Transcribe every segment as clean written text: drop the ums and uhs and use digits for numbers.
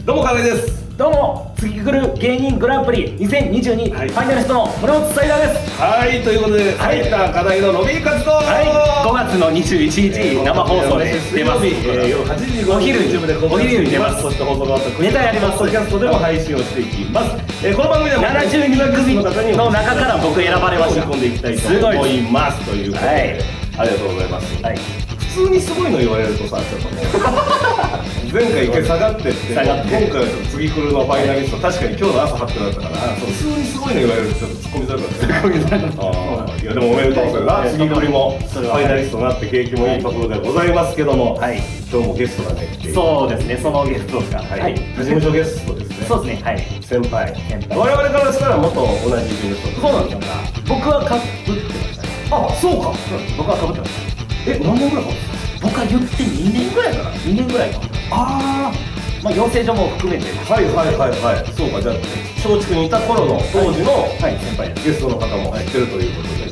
どうも金井です。 どうも次来る芸人グランプリ2022、ファイナリストの村本サイダーです。 はい、ということでサイダー課題のロビー活動、 はい、5月の21日生放送で出ます。 夜8時5分お昼に出ます。 そして放送が終わったネタやります。 ポッドキャストでも配信をしていきます。この番組では 72組の中から僕選ばれました。 込んでいきたいと思いますということで、ありがとうございます。普通にすごいの言われるとさ、ちょっとね前回一回下がってって、今回はちょっと次来るのファイナリスト、確かに今日の朝発表だったから普通にすごいの言われるとちょっと突っ込みづらかった。いやでもおめでとうございます。次来るもファイナリストになって景気もいいところでございますけども、今日もゲストがね、 そうですね、そのゲストが他事務所ゲストですね。 そうですね、はい、 先輩。我々からしたら元同じ事務所。 そうなんですよ。僕はかぶってましたね。 あ、そうか。 僕はかぶってました。 何年ぐらいか。 僕は言って2年ぐらいかな。2年ぐらいかな。 ああ、 まあ養成所も含めて。 はいはいはいはい。そうか、じゃあ松竹にいた頃の当時の先輩ゲストの方も知ってるということで。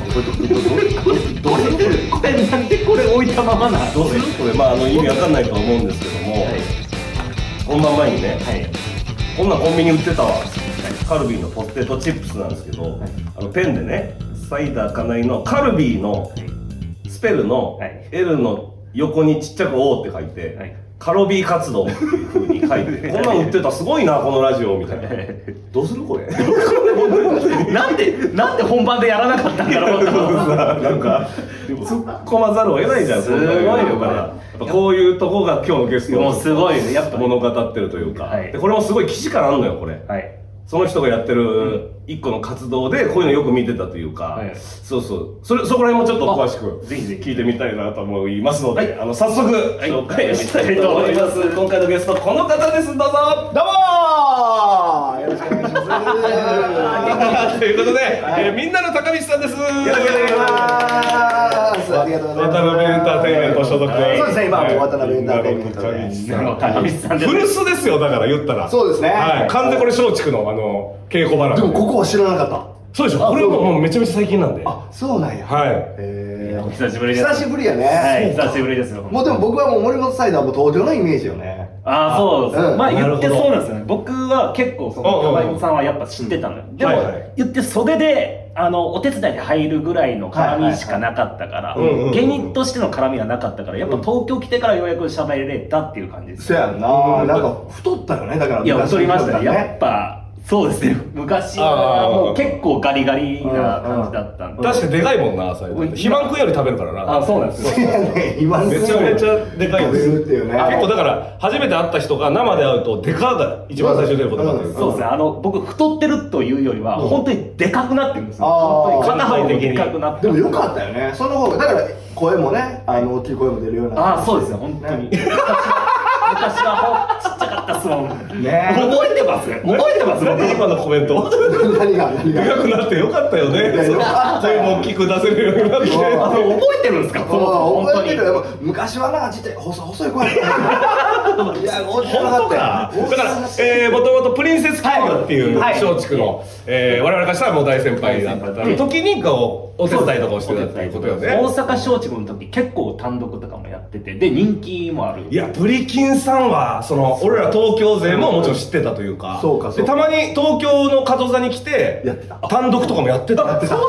これなんでこれ置いたままなの？ どうする？これ意味わかんないと思うんですけども、本番前にね、こんなコンビニ売ってたわ。カルビーのポテトチップスなんですけど、ペンでね、サイダー金井のカルビーのスペルの L の横にちっちゃく O って書いて、カロビー活動っていう風に書いて、こんなん売ってたすごいなこのラジオみたいな。どうするこれ？ なんで本番でやらなかったんだろう。 なんか突っ込まざるを得ないじゃん。すごいよから。こういうとこが今日のゲストもうすごいやっぱ物語ってるというか。でこれもすごい既視感あんのよこれ。その人がやってる一個の活動でこういうのよく見てたというか、そうそう、そこら辺もちょっと詳しく聞いてみたいなと思いますので、早速紹介したいと思います。今回のゲストこの方です。どうぞ。どうもよろしくお願いします。 ということで、みんなの高道さんです。よろしくお願いします。 ありがとうございます。 渡辺エンターテインメント所属で。 そうですね、今も渡辺エンターテインメントで。 高道さんです。 古巣ですよ、だから言ったら。 そうですね。 完全これ松竹の稽古場なんで。 でもここは知らなかった。 そうでしょ。これもうめちゃめちゃ最近なんで。 あ、そうなんや。 はい。 久しぶりです。 久しぶりやね。 はい、久しぶりですよ。 もうでも僕はもう森本サイダーも東京のイメージよね。 ああ、そうです。まあ言ってそうなんですよね。僕は結構その河合さんはやっぱ知ってたのよ。でも言って袖でお手伝いで入るぐらいの絡みしかなかったから、芸人としての絡みがなかったから、やっぱ東京来てからようやく喋れたっていう感じです。 そうやんな。なんか太ったよね。だからいや太りましたね。やっぱ。そうですね。昔はもう結構ガリガリな感じだったんで。 確かにでかいもんな、最後。肥満君より食べるからな。 あ、そうなんですよ。 めちゃめちゃでかいんですよ。 結構だから、初めて会った人が生で会うと、でかが一番最初に出ることがある。 そうですね。僕、太ってるというよりは、本当にでかくなってるんですよ。 本当に片方ででかくなって。 でもよかったよね。その方が、だから声もね、大きい声も出るような。 あ、そうですよ、本当に。昔はちっちゃかったっすもん。覚えてます今のコメント。 何がでかくなってよかったよね。声も大きく出せるようになって。 覚えてるんですか？ 覚えてる。昔はな、ちっちゃい細い声だった。いや、 本当か。だからもともとプリンセスキングっていう松竹の我々からしたらもう大先輩だった時にお手伝いとかをしてたっていうことよね。 大阪松竹の時結構単独とかもやってて、で人気もある。 いや、プリキンさんは俺ら東京勢ももちろん知ってたというか、でたまに東京の門座に来て単独とかもやってた。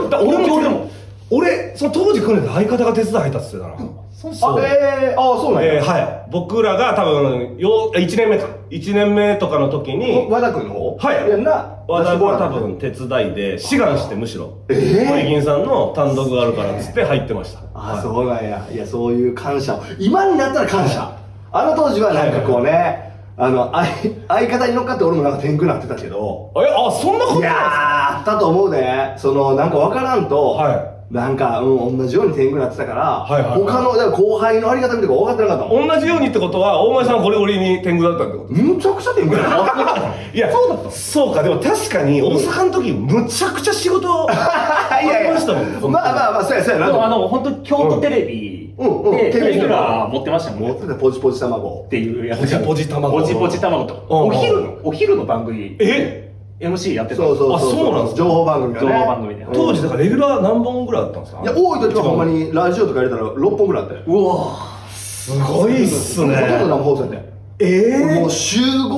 俺その当時来るんで相方が手伝い入ったっつってたな。 そうなんや。 はい。僕らが多分1年目か1年目とかの時に和田君の方。 はい。和田君は多分手伝いで志願して、むしろプリキンさんの単独があるからっつって入ってました。 あ、そうなんや。いや、そういう感謝を今になったら感謝。当時はなんかこうね、相方に乗っかって俺もなんか天狗なってたけど。 そんなことないですか？ いやー、あったと思うね。なんか分からんと、なんか、同じように天狗なってたから、他の後輩のあり方見てか分かってなかったもん。 同じようにってことは、大前さんゴリゴリに天狗だったってこと？ むちゃくちゃ天狗やな。 いや、そうだった。そうか、でも確かに大阪の時、むちゃくちゃ仕事ありましたもんね。 まあ、そうやな。 本当に京都テレビで、レギュラー持ってましたもんね。 持ってた、ポチポチ卵。 っていうやつ。 ポチポチ卵。 ポチポチ卵と。お昼の番組。MC やってた。 そうなんですか。 情報番組がね。 情報番組で。 当時だからレギュラー何本ぐらいあったんですか？ いや、多い時はほんまにラジオとか入れたら6本ぐらいあったよ。 うわ、すごいっすね。 ほとんど生放送やったよ。もう集合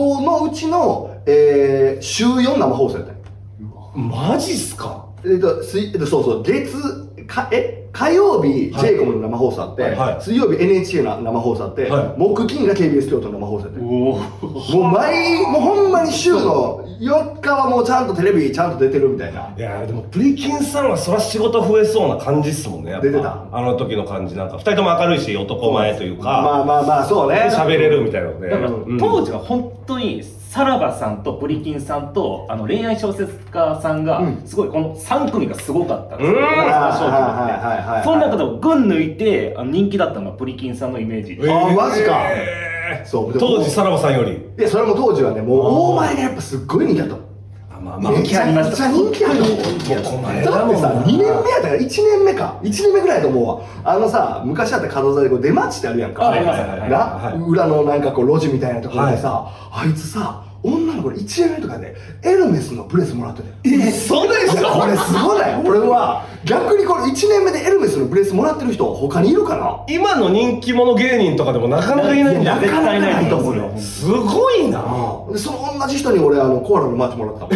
うちの、週4生放送やったんよ。 マジっすか？ そうそう、火曜日 j コムの生放送あって、水曜日 NHK の生放送あって、木金が KBS 京都の生放送やって、もうほんまに週の4日はもうちゃんとテレビちゃんと出てるみたいな。 いやでもプリキンさんはそら仕事増えそうな感じっすもんね。やっぱ出てたあの時の感じ、なんか2人とも明るいし男前というか、 まあそうね、 喋れるみたいなので、 だから当時は本当にさらばさんとプリキンさんと恋愛小説家さんがすごいこの3組がすごかったんですよ。その中でも群抜いて人気だったのがプリキンさんのイメージ。 あ、マジか。そう当時さらばさんより。 でそれも当時はね、もう大前がやっぱすっごい人気だったの。めちゃくちゃ人気あるの。だってさ、2年目やったから1年目か、1年目ぐらいだと思うわ。さ、昔あった門座で出待ちってあるやんか、裏のなんかこう路地みたいなところでさ、あいつさ、女の子1年目とかでエルメスのブレスもらってて、 そうですか？ これすごいね。俺は逆にこれ1年目でエルメスのブレスもらってる人他にいるかな。 今の人気者芸人とかでもなかなかいないんだ。 絶対ないと思うよ。 すごいな。 でその同じ人に俺コアラのマーチもらったもん。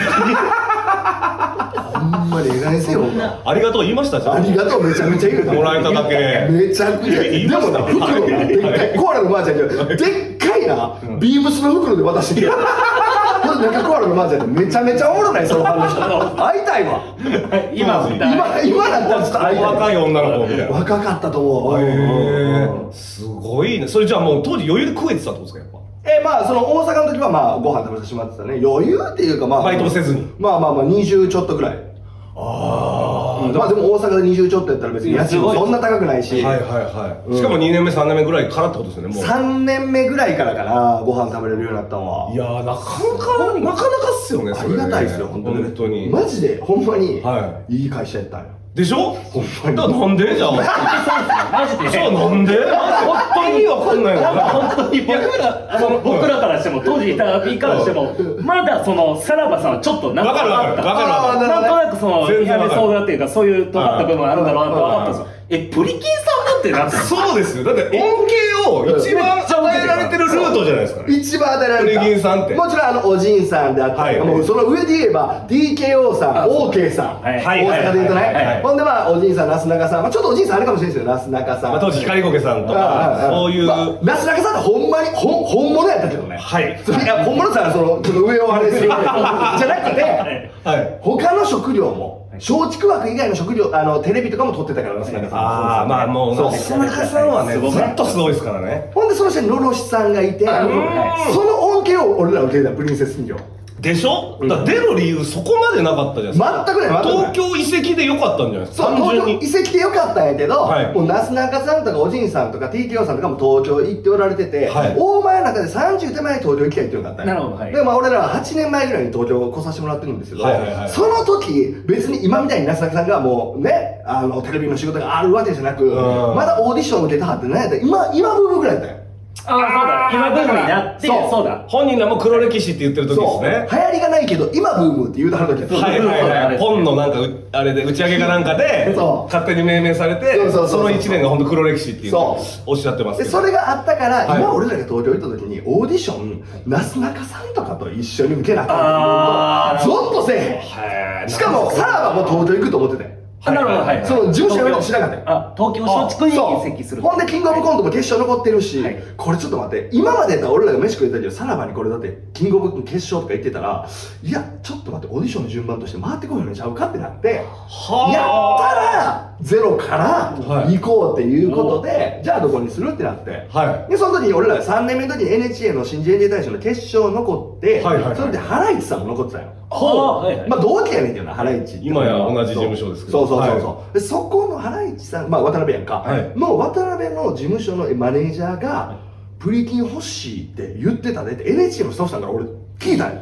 ほんまにええ加減せよ。 ありがとう言いましたじゃん。 ありがとうめちゃめちゃ言うた。 もらえただけめちゃくちゃ。でもな、袋がでっかい、コアラのマーチやけどでっかいなビームスの袋で渡してきて、なんかコアラのマーチやってめちゃめちゃおもろない。そのファンの人会いたいわ。今だったらちょっと会いたい。 若い女の子みたいな。 若かったと思う。 すごいね。それじゃあもう当時余裕で食えてたってことですか？やっぱその大阪の時はご飯食べさせてもらってたね。余裕っていうかバイトもせずに 20ちょっとぐらい。でも大阪で20ちょっとやったら別に家賃もそんな高くないし。しかも2年目3年目ぐらいからってことですよね。もう 3年目ぐらいからかな、ご飯食べれるようになったのは。 いやー、なかなかっすよね。 ありがたいですよ、本当に。マジでほんまにいい会社やったんよ。 でしょ？ ほんまに。 なんでじゃあマジでじゃあなんで？本当にわかんないの。 本当に僕らからしても当時いた B からしてもまだそのさらばさんはちょっとなんかなんとなくそのやめそうだっていうか、そういう尖った部分あるんだろうなとは思ったんですよ。プリキンさんだってなって。 そうですよ。だって恩恵を一番与えられてるルートじゃないですか。 一番与えられてる。 プリキンさんってもちろんおじんさんであったり、もうその上で言えば DKO さん、OK さん、大阪で言うとね。ほんでおじんさん、なすなかさん、ちょっとおじんさんあれかもしれないですよ、なすなかさん。 当時光苔さんとかそういうなすなかさんってほんまに本物やったけどね。いや本物さん、そのちょっと上をあれするじゃなくて、他の食料も松竹枠以外の食料、テレビとかも撮ってたから、なすなかさん。 もうなすなかさんはねずっとすごいですからね。 ほんでその下にのろしさんがいて、その恩恵を俺ら受けてた、プリンセス人形でしょ？だから出る理由そこまでなかったじゃないですか。 全くない。 東京移籍でよかったんじゃないですか。 そう、東京移籍でよかったんやけど、もうなすなかさんとかおじんさんとか TKO さんとかも東京行っておられてて、大前の中で30手前に東京行きたいっていうのがあったんや。 なるほど。 で俺らは8年前ぐらいに東京来させてもらってるんですけど、その時別に今みたいになすなかさんがもうね、テレビの仕事があるわけじゃなく、まだオーディション受けたはって何やったら今ブームぐらいだったよ。 そうだ、今ブームになって、そうだ、 本人らも黒歴史って言ってる時ですね。 流行りがないけど今ブームって言うたはる時やポンのなんかあれで打ち上げかなんかで勝手に命名されて、その1年が本当黒歴史っていうおっしゃってますけど、 それがあったから今俺らが東京行った時にオーディションなすなかさんとかと一緒に受けなかったゾッとせえへん。しかもさらばも東京行くと思ってて、 なるほど、 その事務所辞めようとしなかったよ。 東京松竹に移籍する。 ほんでキングオブコントも決勝残ってるし、これちょっと待って、今までやったら俺らが飯食えたけど、さらばにこれだってキングオブ決勝とか言ってたら、いやちょっと待って、オーディションの順番として回ってこいのちゃうかってなって、やったらゼロから行こうっていうことで、じゃあどこにするってなって、でその時に俺ら3年目の時に NHK の新人演芸大賞の決勝残って、それでハライチさんも残ってたよ。同期やねんけどな、ハライチって。 今や同じ事務所ですけど。 そうそこのハライチさん、渡辺やんか、の渡辺の事務所のマネージャーがプリキン欲しいって言ってたでって NHK のスタッフさんから俺聞いたよ。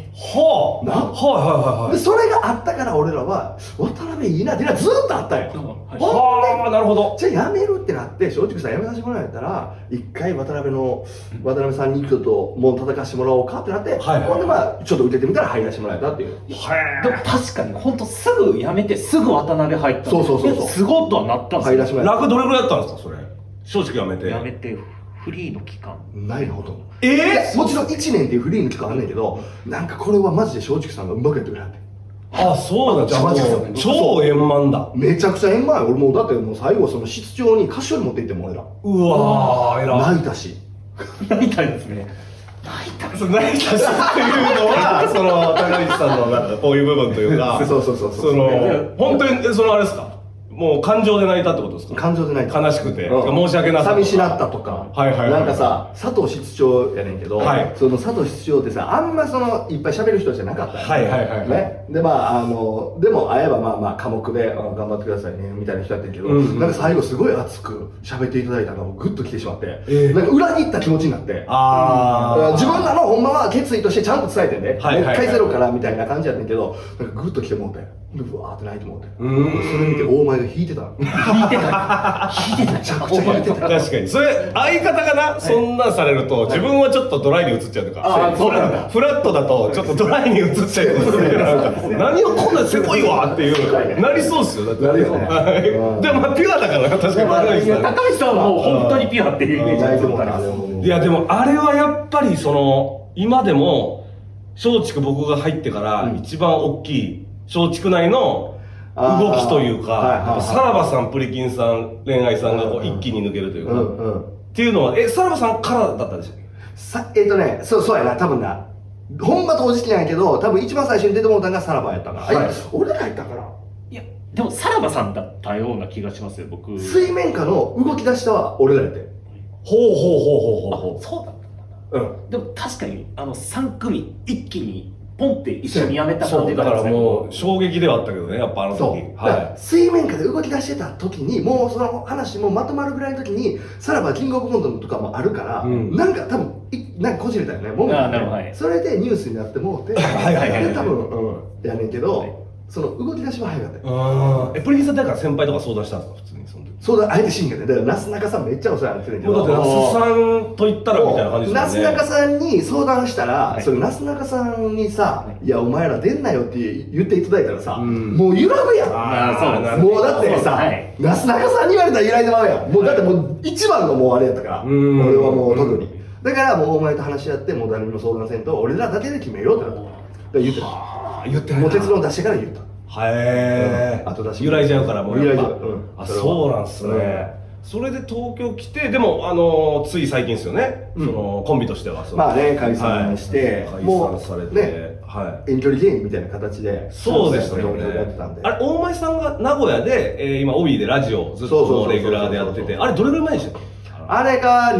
でそれがあったから俺らは渡辺いいなってずっとあったよ。 なるほど。 じゃあ辞めるってなって、松竹さん辞めさせてもらうんやったら一回渡辺さんに行くともう戦わせてもらおうかってなって、ほんでちょっと受けてみたら入らせてもらえたっていう。 でも確かに本当すぐ辞めてすぐ渡辺入った。すごっとはなったんですよ。 楽どれぐらいだったんですかそれ？松竹辞めて 2 フリーの期間ないのほとんど。もちろん1年っていうフリーの期間あんねんけど、なんかこれはマジで松竹さんがうまくやってくれはって。 あ、そうだ、じゃあ超円満だ。 めちゃくちゃ円満や。俺もうだってもう最後その室長に菓子折り持って行っても俺ら。 うわー、偉い。 泣いたし。 泣いたんですね。 泣いたしっていうのは、その、高岸さんのなんかこういう部分というか、 そう。 その、本当に、そのあれですか、もう感情で泣いたってことですか？ 感情で泣いた。 悲しくて、申し訳なさ寂しなったとか。なんかさ、佐藤室長やねんけど、その佐藤室長ってさ、あんまその、いっぱい喋る人じゃなかったよね。で、まあ、でも会えばまあまあ、寡黙で、頑張ってくださいね、みたいな人やってんけど、なんか最後すごい熱く喋っていただいたのがグッと来てしまって、なんか裏切った気持ちになって、自分らのほんまは決意としてちゃんと伝えてね、もう一回ゼロからみたいな感じやってんけど、なんかグッと来てもうて、で、うわーって泣いてもうて。それ見て大前が引いてた。 引いてた。 めちゃくちゃ引いてた。 確かに。それ、相方がな、そんなんされると、自分はちょっとドライに映っちゃうとか。 ああ、そうなんだ。 フラットだと、ちょっとドライに映っちゃうとか。何をこんなせこいわっていう、なりそうっすよ。だって。 なるよね。 でも、まあ、ピュアだから、確かに。 高橋さんはもう本当にピュアっていうイメージだったんです。 いや、でも、あれはやっぱり、その、今でも、松竹僕が入ってから、一番大きい、松竹内の動きというか、さらばさん、プリキンさん、恋愛さんがこう一気に抜けるというか、っていうのは、さらばさんからだったんでしたっけ？そうやな、多分な。ほんま当時期なんやけど、多分一番最初に出てもらったのがさらばやったから。俺らやったから。 いや、でもさらばさんだったような気がしますよ、僕。 水面下の動き出したは俺らやって。 ほう。 そうだったんだ。でも確かに、3組一気に、ポンって一緒にやめた感じだからもう衝撃ではあったけどね、やっぱあの時。 水面下で動き出してた時に、もうその話もまとまるぐらいの時に、さらばキングオブコントとかもあるから、なんか多分、なんかこじれたよね、もう。それでニュースになってもうて、で多分、やねんけど、その動き出しは早かったよ。プリキンさんだから先輩とか相談したんですか、普通にその時。 そうだ、あえてシーンがね、だからなすなかさんめっちゃお世話になってるんだけど、 だって那須さんと言ったらみたいな感じですよね。 なすなかさんに相談したら、それなすなかさんにさ、いやお前ら出んなよって言っていただいたらさ、もう揺らぐやん。もうだってさ、なすなかさんに言われたら揺らいでまうやん。もうだってもう一番のもうあれやったから、俺はもう特に。だからもうお前と話し合って、もう誰にも相談せんと、俺らだけで決めようってなった。言ってた。もう結論出してから言った。 へ後出し揺らいじゃうからもうやっぱそうなんすね。それで東京来て、でもつい最近ですよね、そのコンビとしてはまあね、解散してもうされて遠距離芸人みたいな形でそうでしたね。あれ大前さんが名古屋で今帯でラジオずっとレギュラーでやってて、あれどれぐらい前でしたっけ？ あれが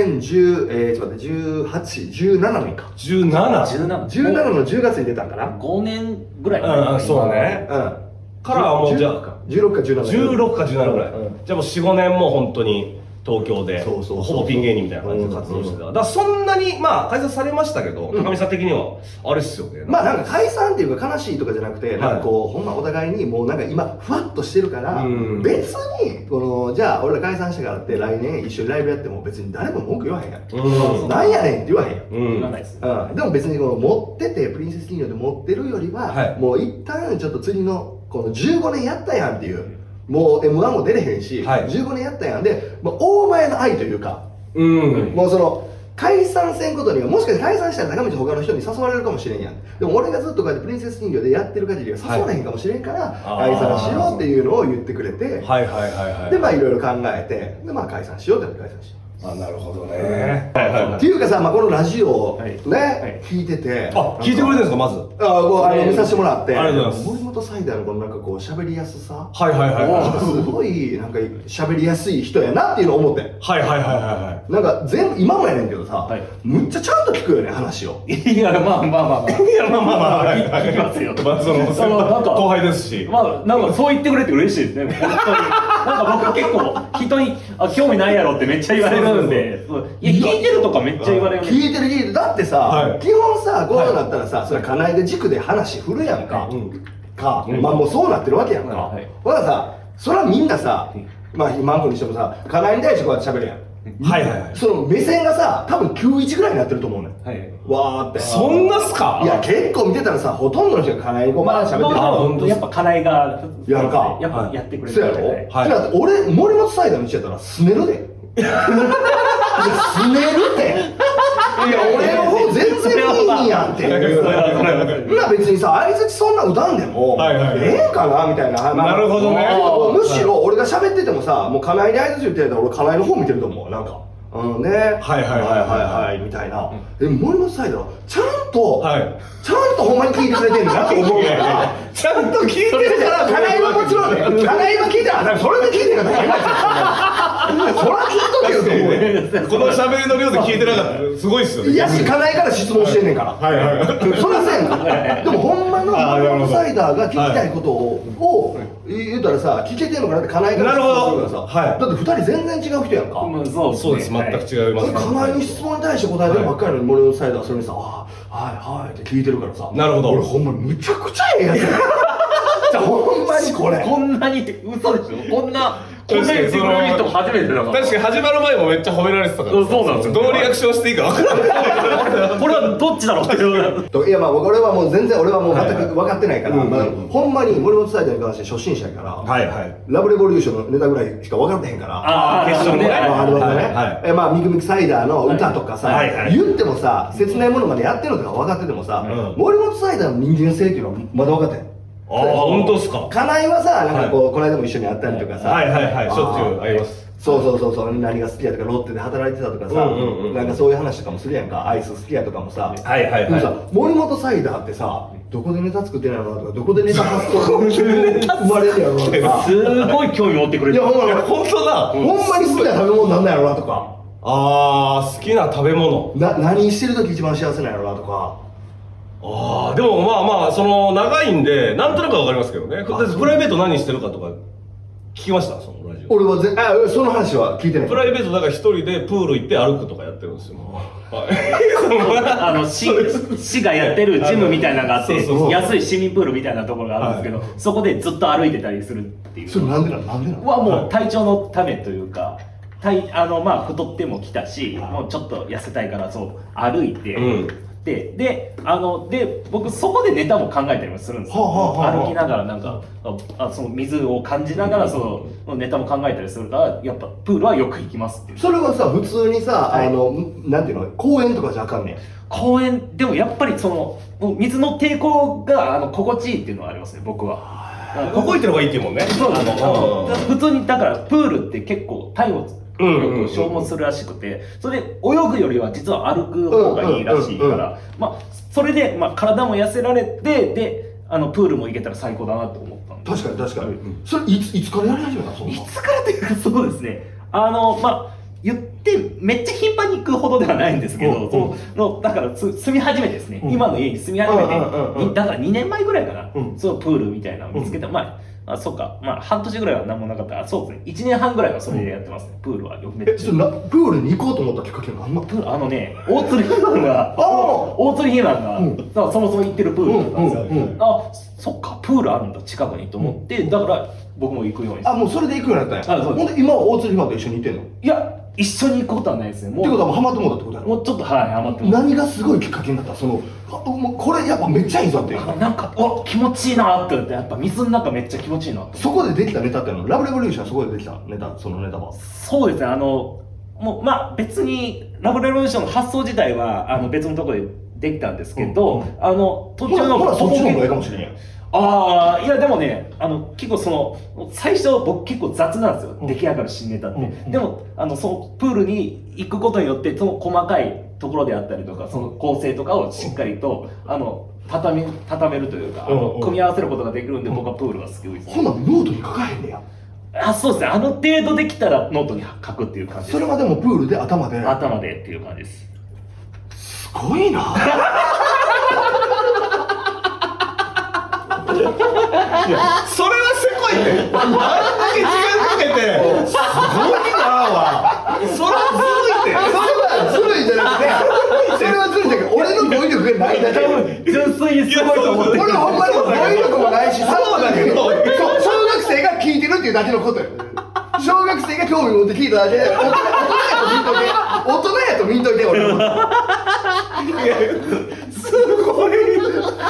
2010、ちょっと待って、18、17年か。 17 の10月に出たんかな。 5年ぐらい。 そうね。からはもうじゃあ、 16か17。 16か17ぐらい。じゃあもう4、5年も本当に東京で、ほぼピン芸人みたいな感じで活動してた。だからそんなに、まあ解散されましたけど、高見さん的には、あれっすよね。 まあなんか解散っていうか悲しいとかじゃなくて、なんかこう、ほんまお互いにもうなんか今、ふわっとしてるから、別に、じゃあ俺ら解散したからって来年一緒にライブやっても別に誰も文句言わへんやん。なんやねんって言わへんやん。 言わないです。 でも別に持ってて、プリンセス金魚で持ってるよりは、もう一旦ちょっと次の、この15年やったやんっていう。もう M1 も出れへんし、15年やったやんで、大前の愛というか、もうその、解散せんことには、もしかして解散したら中道他の人に誘われるかもしれんやん。でも俺がずっとこうやってプリンセス金魚でやってる限りは誘われへんかもしれんから、解散しようっていうのを言ってくれて、で、まあいろいろ考えて、で、まあ解散しようってなって解散しよう。 なるほどね。 っていうかさ、このラジオね、聞いてて。 聞いてくれてるんですか、まず。 見させてもらって。 ありがとうございます。 森本サイダーのこのなんかこう、喋りやすさ。 すごい、なんか喋りやすい人やなっていうのを思って。なんか全部、今もやねんけどさ、むっちゃちゃんと聞くよね、話を。 いや、まあ。聞きますよ。 後輩ですし。 まあ、なんかそう言ってくれて嬉しいですね。本当に。なんか僕結構、人に、興味ないやろってめっちゃ言われる。いや、聞いてるとかめっちゃ言われる。 聞いてる。だってさ、基本さ、こうなったらさ、それ家内で軸で話振るやんか。まあもうそうなってるわけやんか。ほらさ、それはみんなさ、まあ今んこにしてもさ、家内に対してこうやって喋るやん。その目線がさ、多分91ぐらいになってると思うねん。わーって。 そんなっすか？ いや、結構見てたらさ、ほとんどの人が家内にこう喋ってる。やっぱ家内が、 やるか。 やっぱやってくれる。 そうやろ？俺、森本サイダーの道やったらすねるで。 すねるって。いや、俺の方全然いいやんっていう。別にさ、相づちそんな歌んでも、ええんかなみたいな。 なるほどね。 むしろ俺が喋っててもさ、もう金井に相づち言ってたら俺金井の方見てると思う。なんか。ね、はいみたいな。でも森本サイダーちゃんとほんまに聞いてくれてるなと思うから、 ちゃんと聞いてるから、金井はもちろんね、金井は聞いてる、それで聞いてるから変なやつ。それは聞いとけよと思う。 この喋りの量で聞いてなかった。すごいっすよね。 いやし、金井から質問してんねんから。そりゃせんから。でもほんまの森本サイダーが聞きたいことを言うたらさ、聞けてんのかなって金井から質問するからさ。だって二人全然違う人やんか。 そうです、全く違います。 金井の質問に対して答えてるばっかりのに森本サイダーはそれにさ、はいって聞いてるからさ。 なるほど。 俺ほんまむちゃくちゃええやつや。ほんまにこれ。 こんなにって嘘でしょ。こんな言ってくれる人も初めてだから。 確かに始まる前もめっちゃ褒められてたから。 そうなんですよ。 どうリアクションしていいか分からない。 これはどっちだろうっていう。 いやまあ俺はもう全然俺はもう全く分かってないから、ほんまに森本サイダーに関して初心者やから、ラブレボリューションのネタぐらいしか分かってへんから、 決勝のね、 まあミクミクサイダーの歌とかさ、言ってもさ、切ないものまでやってるのとか分かっててもさ、森本サイダーの人間性っていうのはまだ分かってん。 ああ、本当ですか。 金井はさ、なんかこう、この間も一緒に会ったりとかさ、 しょっちゅう会います。 そう何が好きやとか、ロッテで働いてたとかさ、なんかそういう話とかもするやんか、アイス好きやとかもさ。でもさ、森本サイダーってさ、どこでネタ作ってないのなとか、どこでネタ発想生まれるやろなとか。 すごい興味持ってくれてる。 いや、ほん当だ。 ほんまに好きな食べ物なんだやろなとか。 好きな食べ物。 何してる時一番幸せなんやろなとか。 でもまあその長いんでなんとなくわかりますけどね。プライベート何してるかとか聞きました、そのラジオ。 俺はその話は聞いてない。 プライベートだから一人でプール行って歩くとかやってるんですよ。 市がやってるジムみたいなのがあって、安い市民プールみたいなところがあるんですけど、そこでずっと歩いてたりするっていう。 それなんでなの？ はもう体調のためというか、まあ太ってもきたし、もうちょっと痩せたいからそう歩いて。で僕そこでネタも考えたりもするんですよ。歩きながらなんかその水を感じながらそのネタも考えたりするから、やっぱプールはよく行きますっていう。 それはさ普通にさ、なんていうの、公園とかじゃあかんねん。 公園でもやっぱりその水の抵抗が心地いいっていうのはありますね、僕は。 ここ行ってる方がいいっていうもんね。 そうですね。普通にだからプールって結構体温よく消耗するらしくて、それで泳ぐよりは実は歩く方がいいらしいから、まあそれで体も痩せられて、でプールも行けたら最高だなと思ったんで。 確かに。それいつからやり始めたの？ いつからというか、そうですね。言ってめっちゃ頻繁に行くほどではないんですけど、だから住み始めてですね、今の家に住み始めて、だから2年前ぐらいかな、そのプールみたいなのを見つけて、そうか、半年ぐらいは何もなかったら、そうですね、1年半ぐらいはそれでやってますね、プールはめっちゃ。 プールに行こうと思ったきっかけは何なの？大鶴ひまんが、そもそも行ってるプールだったんですよ。そっか、プールあるんだ、近くにと思って、だから僕も行くように。 もうそれで行くようになったんや。ほんで今は大鶴ひまんと一緒に行ってんの？ いや、一緒に行くことはないですね。 ってことはもうハマってもだってことやろ？ もうちょっとハマっても何がすごいきっかけになった？もうこれやっぱめっちゃいいぞっていう。 なんか気持ちいいなって言って、やっぱ水の中めっちゃ気持ちいいなって。 そこでできたネタってラブレボリューションはそこでできたネタ、そのネタは。 そうですね、もう別にラブレボリューションの発想自体は別のところでできたんですけど、途中のそっちの方がいいかもしれんやん。 いやでもね、結構最初僕結構雑なんですよ、出来上がる新ネタって。でもそのプールに行くことによって、その細かいところであったりとか、その構成とかをしっかりと畳めるというか、組み合わせることができるんで、僕はプールが好きです。 ほんならノートに書かへんねや。 そうですね、ある程度できたらノートに書くっていう感じです。 それはでもプールで頭でっていう感じです。 すごいな。 いや、それはせこいって。あんだけ時間かけて、すごいなぁは。それはずるいって。 それはずるいじゃなくて、それはずるいんだけど、俺の語彙力がないだけ。 純粋にすごいと思って。 俺ほんまに語彙力もないし、そうだけど、小学生が聞いてるっていうだけのことよ。小学生が興味持って聞いただけで、大人やと見んといて、俺は。 すごい。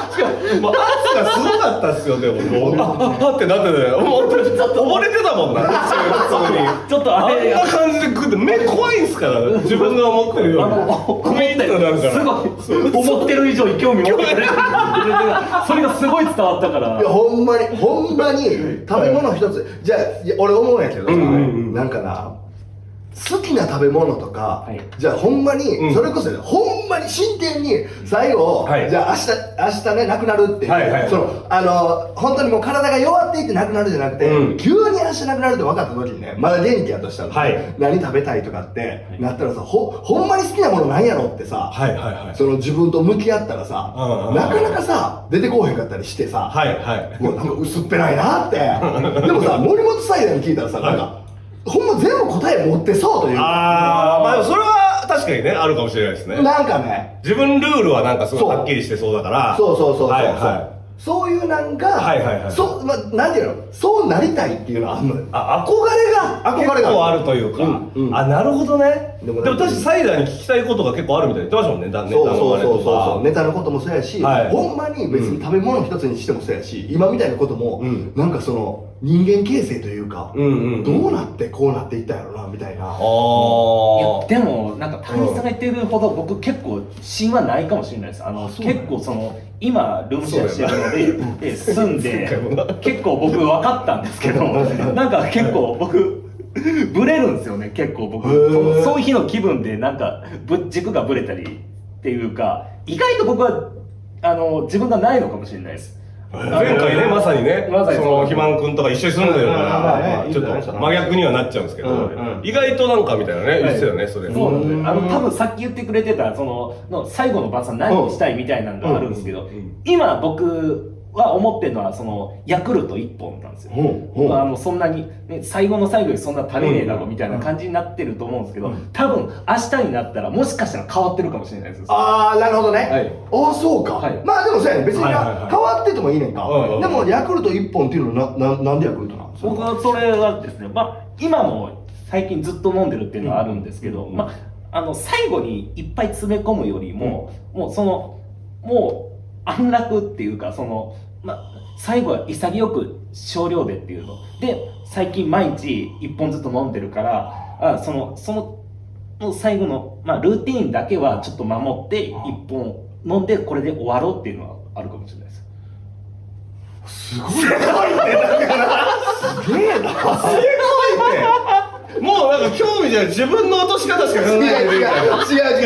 もう圧がすごかったっすよ、でも。もうあってなってたよ。もう溺れてたもんな。 ちょっとあんな感じで食って、目怖いんすから、自分が思ってるより。 コメントなんかすごい思ってる以上に興味持ってくれる。それがすごい伝わったから。 いやほんまに食べ物一つじゃあ俺思うんやけどさ、なんかな好きな食べ物とか、じゃあほんまにそれこそほんまに真剣に最後じゃあ明日ね亡くなるってその本当にもう体が弱っていって亡くなるじゃなくて急に明日亡くなるって分かった時にねまだ元気やとしたら何食べたいとかってなったらさほんまに好きなものなんやろってさその自分と向き合ったらさなかなかさ出てこうへんかったりしてさもうなんか薄っぺらいなってでもさ森本サイダーに聞いたらさなんかほんま全部答え持ってそうというかまあでもそれは確かにねあるかもしれないですねなんかね自分ルールはなんかすごいはっきりしてそうだからそうそういうなんかなんていうのそうなりたいっていうのはあんのよ憧れが結構あるというかなるほどねでも私サイダーに聞きたいことが結構あるみたいに言ってましたもんねそうネタのこともそうやしほんまに別に食べ物一つにしてもそうやし今みたいなこともなんかその人間形成というかどうなってこうなっていったんやろなみたいなでもなんか谷さんが言ってるほど僕結構芯はないかもしれないです結構その今ルームシェアしてるので住んで結構僕分かったんですけどなんか結構僕ブレるんですよね結構僕そういう日の気分でなんか軸がブレたりっていうか意外と僕は自分がないのかもしれないです前回ねまさにねその肥満君とか一緒に住んでるからちょっと真逆にはなっちゃうんですけど意外となんかみたいなね言ってたよねそれそうなんで多分さっき言ってくれてたその最後の晩餐何をしたいみたいなのがあるんですけど今僕は思ってるのはそのヤクルト1本なんですよそんなに、ね、最後の最後にそんな食べねえだろみたいな感じになってると思うんですけど多分明日になったらもしかしたら変わってるかもしれないですなるほどねそうかまあでもそうやね別に変わっててもいいねんかでもヤクルト1本っていうのはなんでヤクルトなんですか僕はそれはですね今も最近ずっと飲んでるっていうのはあるんですけど最後にいっぱい詰め込むよりももう安楽っていうか最後は潔く少量でっていうので最近毎日1本ずつ飲んでるからその最後の、ルーティーンだけはちょっと守って1本飲んでこれで終わろうっていうのはあるかもしれないですすごいねすげえなもうなんか興味じゃない自分の落とし方しか考えない違うマジで途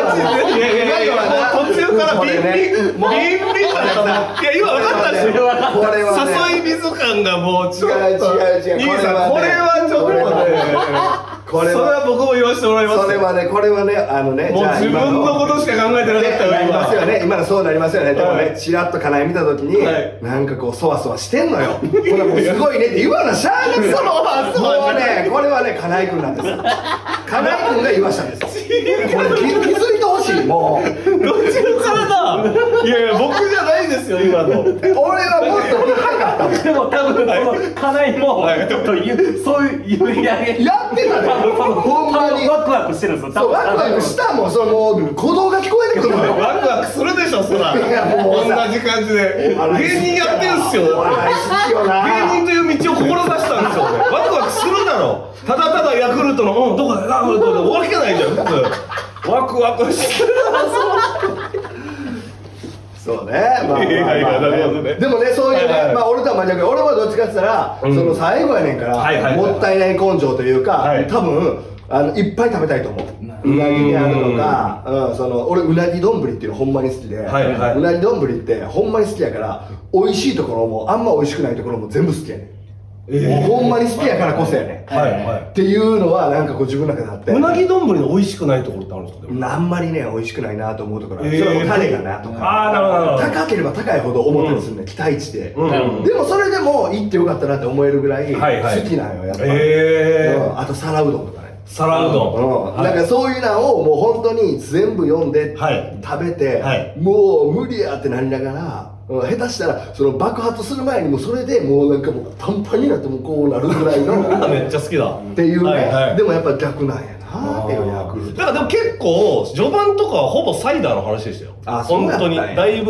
中からビンビンからいや今分かったでしょ誘い水感がもう違う兄さんこれはちょっとねそれは僕も言わせてもらいますこれはねもう自分のことしか考えてなかったなりますよね今のそうなりますよねでもねチラッと家内見た時になんかこうそわそわしてんのよほらもうすごいねって言わなしゃあないもうねこれはね家内君なんです家内君が言わしたんですこれ気づいてほしいもうどっちの体いや僕じゃないですよ今の俺はもっと言いたかったでも多分その家内もちょっとそういう言い上げやってたねほんまにワクワクしてるんですよワクワクしたもんそのもう鼓動が聞こえてくるのよワクワクするでしょそら同じ感じで芸人やってるんすよ芸人という道を志したんですよワクワクするだろただただヤクルトのどこだ終わけないじゃん普通ワクワクしてるそうねでもねそういうね俺とは真逆俺はどっちかって言ったらその最後やねんからもったいない根性というか多分いっぱい食べたいと思ううなぎであるとか俺うなぎ丼っていうのほんまに好きでうなぎ丼ってほんまに好きやから美味しいところもあんま美味しくないところも全部好きやねんほんまに好きやからこそやねっていうのはなんかこう自分の中であってうなぎ丼の美味ししくないところってあるんですかあんまりね美味しくないなと思うところそれもタレがなとかなるほど高ければ高いほど思ったりするね期待値ででもそれでも行ってよかったなって思えるぐらい好きなんよやっぱりあと皿うどんとかね皿うどんなんかそういうのをもう本当に全部読んで食べてもう無理やってなりながら下手したらその爆発する前にもそれでもうなんかもうパンパンになってもこうなるぐらいのめっちゃ好きだっていうねでもやっぱ逆なんやなっていうヤクルトだからでも結構序盤とかはほぼサイダーの話でしたよ本当にだいぶ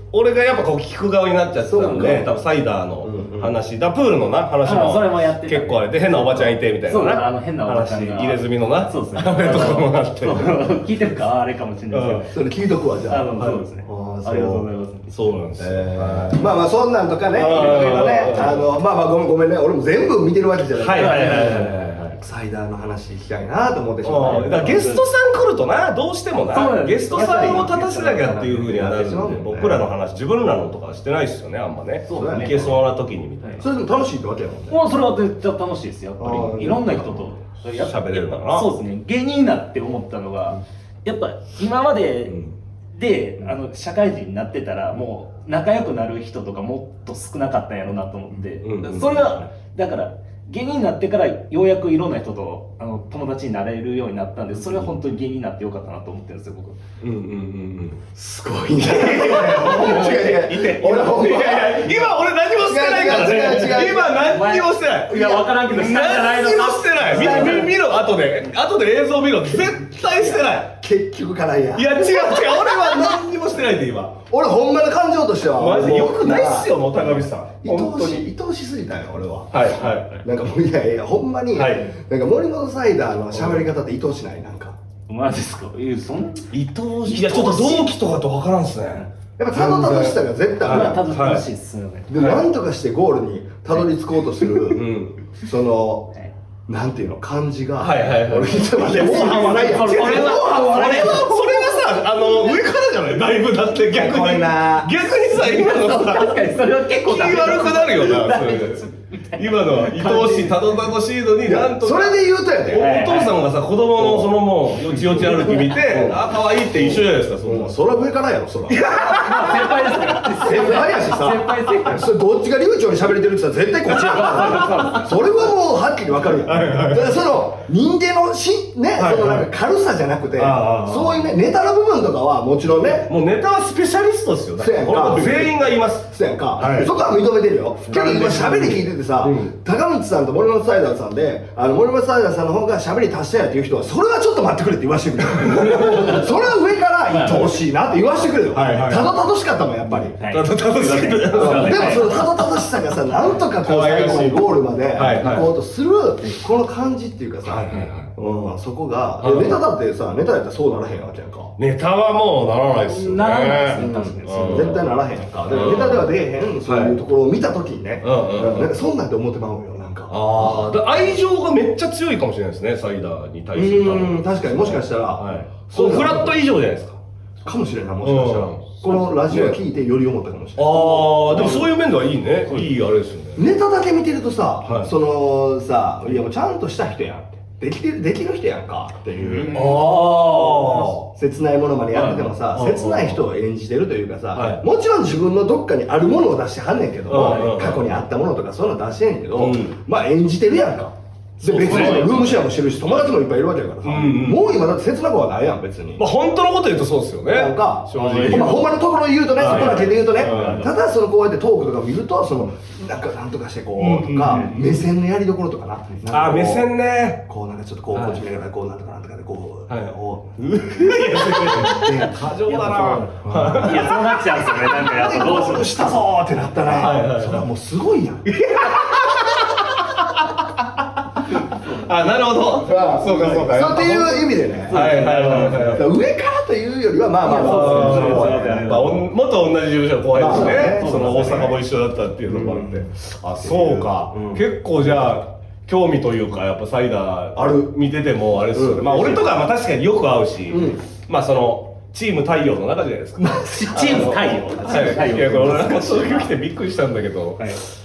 俺がやっぱこう聞く側になっちゃってたんで、多分サイダーの話だ、プールのな話もそれもやって結構あれで変なおばちゃんいてみたいなな、変なおばちゃんが入れ墨のな、 そうですね、 あれとかもあって聞いてるかあれかもしれないですけど、 それ聞いとくわじゃあ。 そうですね、ありがとうございます。 そうなんですよ。 まあまあそんなんとかね、いろいろね、まあまあごめんね、俺も全部見てるわけじゃない。 はいはいはいはい。 サイダーの話聞きたいなと思ってしまう。 だからゲストさん来るとな、どうしてもな、ゲストさんを立たせなきゃっていうふうにはなるんで、僕らの話、自分らのとかしてないですよね、あんまね。 そうだね。 いけそうな時にみたいな。 それでも楽しいってわけやもんね。 もうそれはめっちゃ楽しいですよ、やっぱり。いろんな人と喋れるからな。 そうですね。芸人になって思ったのが、やっぱ今までで社会人になってたらもう仲良くなる人とかもっと少なかったんやろうなと思って、それはだから芸人になってからようやくいろんな人と友達になれるようになったんで、それは本当に芸人になってよかったなと思ってるんですよ、僕。 すごいね。違う俺ほんま今俺何もしてないからね。今何にもしてない。 いや分からんけどしたんじゃないのか。 何にもしてない。見ろ後で映像見ろ。絶対してない。 結局からいや。 いや違う俺は何にもしてないで今。 俺ほんまの感情としてはマジでよくないっすよ、もう高見さん。 愛おしすぎたよ俺は。 はいはい。 なんかもういやほんまになんか森本サイダーの喋り方って愛おしないなんか。 マジですか。 愛おしい。いやちょっと同期とかと分からんっすね。 やっぱたどたどしさが絶対ある。 たどたどしいっすよね。 でなんとかしてゴールにたどり着こうとするそのなんていうの感じが。 はいはいはい。 俺ちょっと待って、もう半笑いや。それはさ上からじゃないだいぶだって逆にさ今のさ確かにそれは結構気悪くなるよな。今の愛おしいたどたどしいのになんとそれで言うとやでお父さんがさ子供のそのもうよちよち歩き見てあ可愛いって一緒じゃないですか。 そら上からやろそら。 先輩ですから先輩やしさ。それどっちが流暢に喋れてるって言ったら絶対こっちやから。それはもうはっきりわかるやん。だからその人間のねそのなんか軽さじゃなくてそういうねネタの部分とかはもちろんね。 もうネタはスペシャリストですよ。 そうやんか。 全員がいます。 そうやんか。そこは認めてるよ。けど今喋り聞いててさ。高道さんと森本サイダーさんで森本サイダーさんの方が喋り達者やっていう人はそれはちょっと待ってくれって言わせてくれ。それは上から愛おしいなって言わせてくれよ。たどたどしかったもんやっぱり。 たどたどしかった。でもそのたどたどしさがさなんとかこう最後にゴールまで行こうとするこの感じっていうかさそこがネタだってさネタやったらそうならへんわけやんか。 ネタはもうならないっすよね。 ならないですね。 絶対ならへんやんか。でもネタでは出えへんそういうところを見た時にねなんかそんなんって思ってまうよなんか。 愛情がめっちゃ強いかもしれないですねサイダーに対する。 確かにもしかしたらそうフラット以上じゃないですか。 かもしれないもしかしたらこのラジオ聞いてより思ったかもしれない。 でもそういう面ではいいね。いいあれですよね。 ネタだけ見てるとさそのさいやもうちゃんとした人やんってできる人やんかっていう切ないものまでやっててもさ切ない人を演じてるというかさもちろん自分のどっかにあるものを出してはんねんけど過去にあったものとかそういうの出してんねんけどまあ演じてるやんか。で別にルームシェアもしてるし友達もいっぱいいるわけだからさもう今だって切な子はないやん別に。 まあ本当のこと言うとそうですよね。 なんか正直ほんまのところ言うとねそこだけで言うとねただそのこうやってトークとか見るとそのなんとかしてこうとか目線のやりどころとかな目線ねこうなんかちょっとこっち見ながらこうなんとかなんとかでこう過剰だな。 いやそうなっちゃうんですよね。なんかやっぱどうしようしたぞーってなったらそれはもうすごいやん。 なるほど。そうかそうか。 そうっていう意味でね。上からというよりはまあ元同じ事務所の後輩ですね。その大阪も一緒だったっていうのもあって。そうか。結構じゃあ興味というかやっぱサイダー見ててもあれですよね。まあ俺とかは確かによく会うし、まあそのチーム太陽の中じゃないですか。 チーム太陽。 いや俺なんか東京来てびっくりしたんだけど、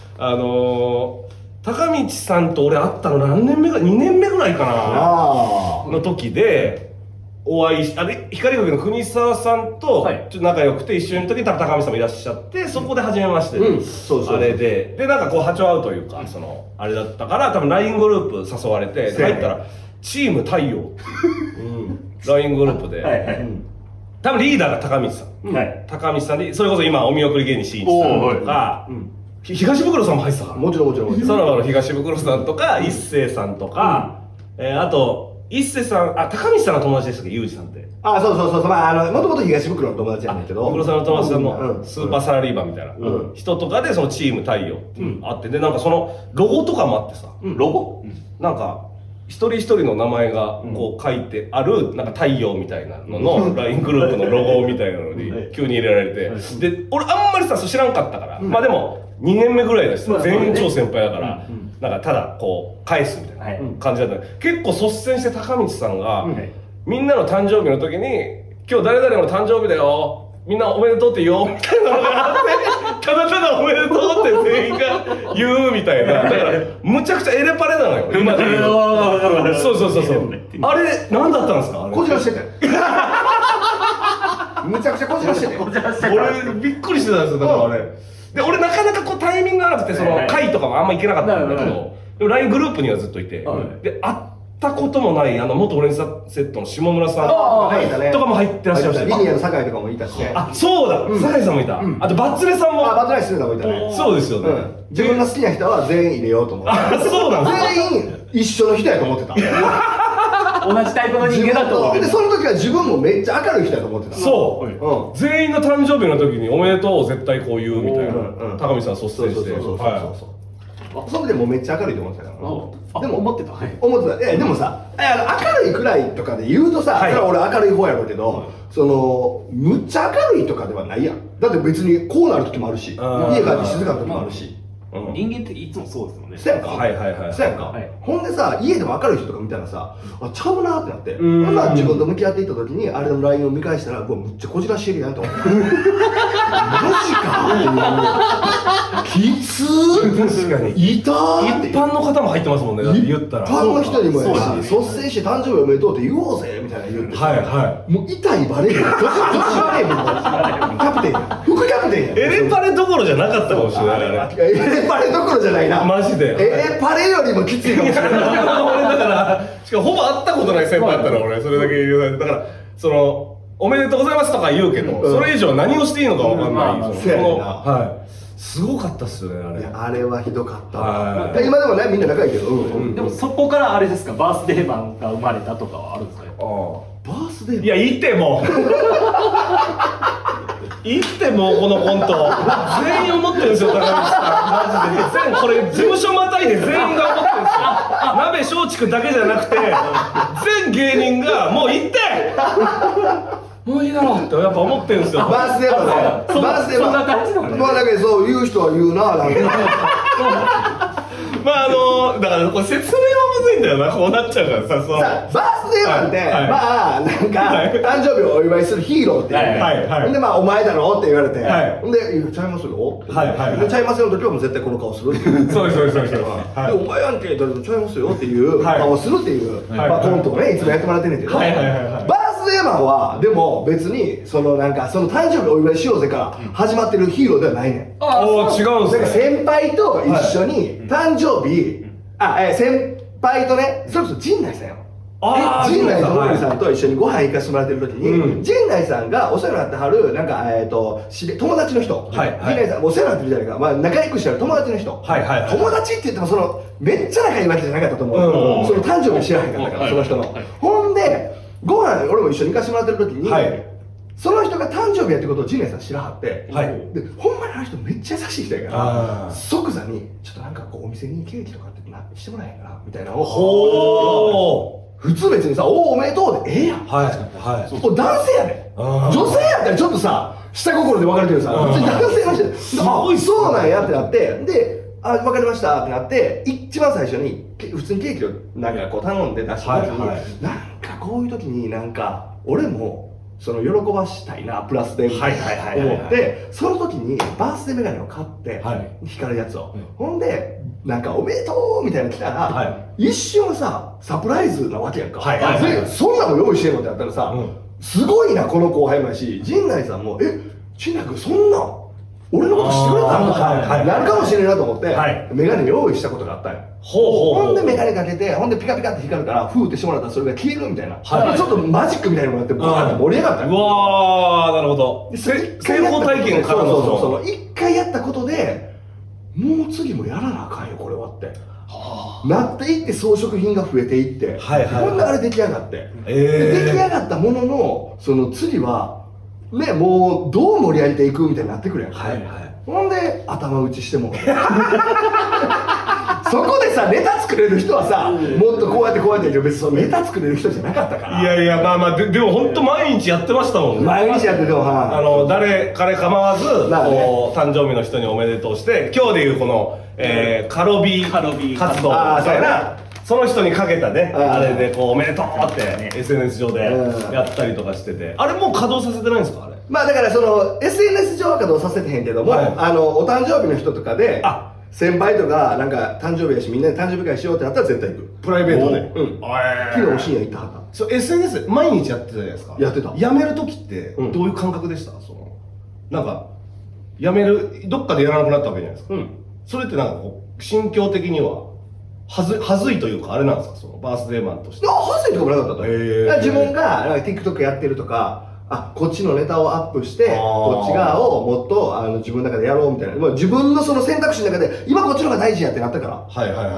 高道さんと俺会ったの何年目か2年目ぐらいかなの時でお会いし光学の国沢さんとちょっと仲良くて一緒にいる時に多分高道さんもいらっしゃってそこで初めましてあれでなんかこう波長合うというかそのあれだったから多分 LINE グループ誘われて入ったらチーム太陽 LINE グループで多分リーダーが高道さん高道さんでそれこそ今お見送り芸人しんいちさんとか東袋さんも入ってたから。 もちろんその東袋さんとか一星さんとかあと一瀬さん、高道さんの友達でしたっけ、ユージさんって。 あ、そうそうそう、まあ、もともと東袋の友達なんだけど。 袋さんの友達さんのスーパーサラリーマンみたいな人とかで、そのチーム太陽っていうのあって、で、なんかそのロゴとかもあってさ、 ロゴなんか、一人一人の名前がこう書いてある、なんか太陽みたいなのの LINE グループのロゴみたいなのに急に入れられて、で、俺あんまりさ、知らんかったから、まあでも2年目ぐらいだし、全員超先輩だから、なんかただこう返すみたいな感じだった。結構率先して高道さんが、みんなの誕生日の時に、今日誰々の誕生日だよ。みんなおめでとうって言おうみたいなのがあって、ただただおめでとうって全員が言うみたいな。だから、むちゃくちゃエレパレなのよ。今で言う。そうそうそうそう。あれ、何だったんですか？ こじらしてて。むちゃくちゃこじらしてて。 俺、びっくりしてたんですよ、だからあれ。で、俺なかなかこうタイミングがなくて、その会とかもあんま行けなかったんだけど、でも LINE グループにはずっといて、で、会ったこともない、元オレンジセットの下村さんとかも入ってらっしゃいました。 リニアの酒井とかもいたしね。 あ、そうだ、酒井さんもいた。あと、バッツレさんも。 バッツレスーさんもいたね。 そうですよね。 自分の好きな人は全員入れようと思って。 あ、そうなんですか。 全員一緒の人やと思ってた。 同じタイプの人間だと思ってた。 で、その時は自分もめっちゃ明るい人やと思ってた。 そう。全員の誕生日の時におめでとうを絶対こう言うみたいな。高見さん率先して。 それでもうめっちゃ明るいと思ってたから。でも思ってた。 思ってた。でもさ、明るいくらいとかで言うとさ、それは俺明るい方やろうけど、むっちゃ明るいとかではないやん。だって別にこうなる時もあるし、家帰って静かな時もあるし。 人間っていつもそうですもんね。 そうやんか。 はいはいはい。 そうやんか。ほんでさ、家でも明るい人とか見たらさ、あ、ちゃうなってなって。ほんなら自分と向き合っていった時に、あれの LINE を見返したら、むっちゃこじらしてるやんと思って。マジかきつー。 確かに。 いたーって。 一般の方も入ってますもんね、だって言ったら。 一般の人にもやし、率先して誕生日おめでとうって言おうぜみたいな言って。 はいはい。 もう痛いバレー部、女子バレー部のキャプテンや。副キャプテンや。 エレパレどころじゃなかったかもしれない。 エレパレどころじゃないな。 マジで。 エレパレよりもきついかもしれない。 俺だから、しかもほぼ会ったことない先輩だったら俺、それだけ言うだから、おめでとうございますとか言うけど、それ以上何をしていいのかわかんない。はい。すごかったっすよね、あれ。 いや、あれはひどかった。今でもね、みんな仲いいけど。 でもそこからあれですか、バースデーマンが生まれたとかはあるんですか？ バースデーマン？ いや、いってもいってもこのコント全員思ってるんですよ、高橋さん。マジでこれ事務所またいで全員が思ってるんですよ。鍋松竹だけじゃなくて全芸人がもう行ってもういいだろうってやっぱ思ってるんですよ。 バースデーマンね。バースデーマン。そんな感じなのね。まあだけどそう言う人は言うな、なんか。 まあだからこれ説明もむずいんだよな、こうなっちゃうからさ、 バースデーマンってまあなんか誕生日をお祝いするヒーローって言うで、まあお前だろって言われて、ほんでちゃいますよ、ちゃいますよの時はもう絶対この顔するっていう。そうですそうですそうです。でお前やんけちゃいますよっていう顔するっていうまあコントをねいつもやってもらってんねんけど、バースデーマンはでも別になんかその誕生日お祝いしようぜから始まってるヒーローではないねん。 ああ違うんですね。 先輩と一緒に誕生日先輩とね、それこそ陣内さんやろ。陣内智則さんと一緒にご飯行かせてもらってる時に、陣内さんがお世話になってはるなんか友達の人、陣内さんお世話になってるじゃないか、まあ仲良くしてる友達の人、友達って言ってもめっちゃ仲いいわけじゃなかったと思う。その誕生日知らへんかったから、その人の。ほんでご飯俺も一緒に行かせてもらってる時に、その人が誕生日やってことを陣内さん知らはって、でほんまにあの人めっちゃ優しい人やから即座にちょっとなんかこうお店にケーキとかってしてもらえへんかなみたいなのを。普通別にさ「おめでとう」でええやん。男性やねん。女性やったらちょっとさ下心で分かるけどさ、普通に男性の人で「あそうなんや」ってなって、で「あ分かりました」ってなって、一番最初に普通にケーキをなんかこう頼んで出した時に、なんかこういう時になんか俺も喜ばしたいなプラスで思って、その時にバースデーメガネを買って光るやつを、ほんでなんかおめでとうみたいなの来たら、一瞬さサプライズなわけやんか。そんなの用意してんのってやったらさ、すごいなこの後輩もやし、陣内さんも陣内君そんな俺のこと知ってくれたのとかなるかもしれないなと思ってメガネ用意したことがあったんよ。ほんでメガネかけて、ほんでピカピカって光るからフーってしてもらったらそれが消えるみたいな、ちょっとマジックみたいなのがあってバーって盛り上がったよ。 うわーなるほど。成功体験からの一回やったことでもう次もやらなあかんよこれはってなっていって装飾品が増えていって、ほんであれ出来上がって、出来上がったもののその次はね、もうどう盛り上げていくみたいになってくるやん。ほんで頭打ちしてもそこでさ、ネタ作れる人はさ、もっとこうやってこうやって、別にそのネタ作れる人じゃなかったから。 いやいや、まあまあ、でも本当毎日やってましたもんね。 毎日やってても、 誰彼構わず、誕生日の人におめでとうして、今日でいうこの、カロビー活動みたいな、その人にかけたね、あれでこう、おめでとうって SNS 上でやったりとかしてて、あれもう稼働させてないんですか、あれ。 まあだからその SNS 上は稼働させてへんけども、お誕生日の人とかで、先輩とかなんか誕生日やしみんなで誕生日会しようってなったら絶対行く。 プライベートで。 昨日深夜行ったはった。 そう、SNS 毎日やってたじゃないですか。 やってた。 辞める時ってどういう感覚でした？そのなんか辞める、どっかでやらなくなったわけじゃないですか。それってなんかこう心境的にははずいというかあれなんですか、そのバースデーマンとして。 はずいとかもなかったと。自分がなんか TikTok やってるとか。こっちのネタをアップしてこっち側をもっと自分の中でやろうみたいな、自分のその選択肢の中で今こっちの方が大事やってなったから。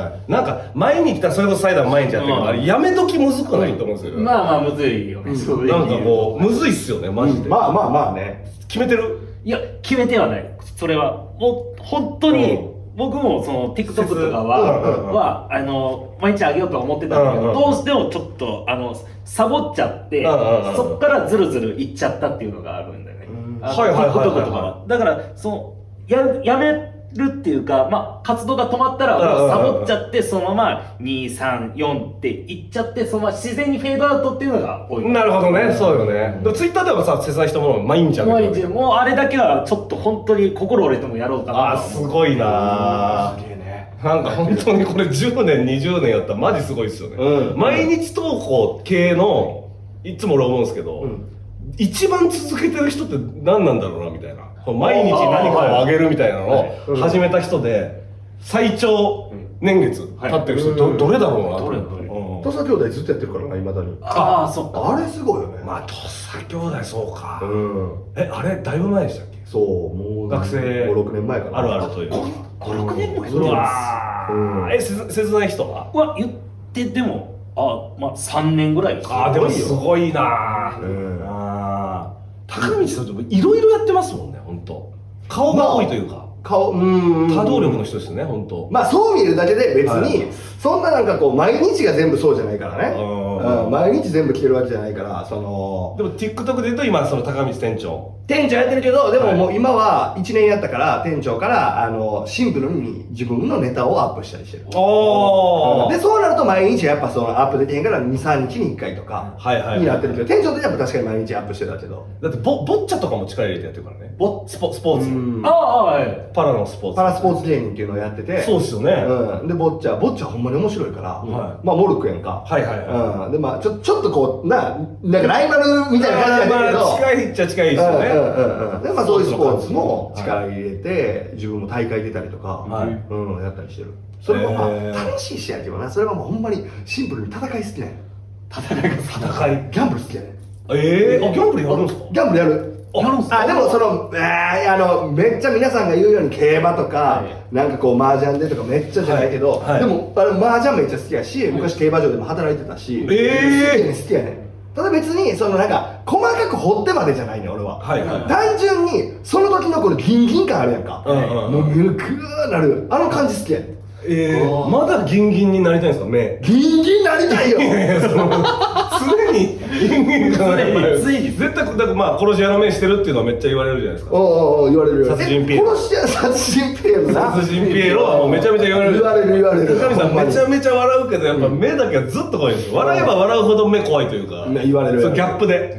なんか前に来たらそれこそサイダー毎日やってるからあれやめときむずくないと思うんですよ。 まあまあむずいよね。 なんかこうむずいっすよね、マジで。 まあね。 決めてる？ いや決めてはない。それはもう本当に僕もその TikTok とかは毎日あげようとは思ってたんだけど、どうしてもちょっとサボっちゃって、そっからズルズルいっちゃったっていうのがあるんだよね。TikTok とかだからやめるっていうか、まあ活動が止まったらもうサボっちゃって、そのまま2、3、4っていっちゃって、そのまま自然にフェードアウトっていうのが多い。 なるほどね、そうよね。でも Twitter ではさ、切断したものを毎日あげてる。 もうあれだけはちょっと本当に心折れてもやろうかな。 すごいなぁ。なんか本当にこれ10年20年やったらマジすごいですよね。毎日投稿系のいつも俺思うんですけど、一番続けてる人って何なんだろうなみたいな、毎日何かをあげるみたいなのを始めた人で最長年月経ってる人どれだろうな。 土佐兄弟ずっとやってるからな、いまだに。 そっか。 あれすごいよね。 まあ土佐兄弟そうか。あれだいぶ前でしたっけ？ そう、もう学生 5、6年前かな。 あるというか。 5、6年前。 うわー。切ない人は言ってでもまあ3年ぐらい。 でもすごいな。高道さんっていろいろやってますもんね、本当。顔が多いというか。多動力の人ですよね、本当。 まあそう見るだけで別にそんななんかこう毎日が全部そうじゃないからね。毎日全部来てるわけじゃないから、その。 でも TikTok で言うと今その高道店長やってるけど、でももう今は1年やったから店長からシンプルに自分のネタをアップしたりしてる。でそうなると毎日やっぱそのアップできへんから2、3日に1回とかになってるけど、店長ってやっぱ確かに毎日アップしてたけど。 だってボッチャとかも力入れてやってるからね。スポーツ。パラのスポーツ。 パラスポーツ芸人っていうのをやってて。 そうっすよね。 でボッチャほんまに面白いから、まあモルックやんか。でまあちょっとこうなんかライバルみたいな感じだけど、 近いっちゃ近いですよね。 でまあそういうスポーツも力入れて自分も大会出たりとかやったりしてる。それもまあ楽しい試合っていうかな。それはもうほんまにシンプルに戦い好きなんや。 戦いギャンブル好きやね。 ギャンブルやるんですか？ ギャンブルやる。でもそのめっちゃ皆さんが言うように競馬とかなんかこう麻雀でとかめっちゃじゃないけど、でも麻雀めっちゃ好きやし、昔競馬場でも働いてたし、好きやね。ただ別にそのなんか細かく掘ってまでじゃないね、俺は。単純にその時のこのギンギン感あるやんか。もうぬくーなる感じ好きやね。 まだギンギンになりたいんですか？目ギンギンなりたいよ。 常にギンギンが絶対だからまあ殺し屋の目してるっていうのはめっちゃ言われるじゃないですか。 言われる。 殺人ピエロ。 殺人ピエロな。 殺人ピエロはもうめちゃめちゃ言われる。 言われる。 高見さんめちゃめちゃ笑うけどやっぱ目だけはずっと怖いんですよ。笑えば笑うほど目怖いというか。 言われる。 ギャップで。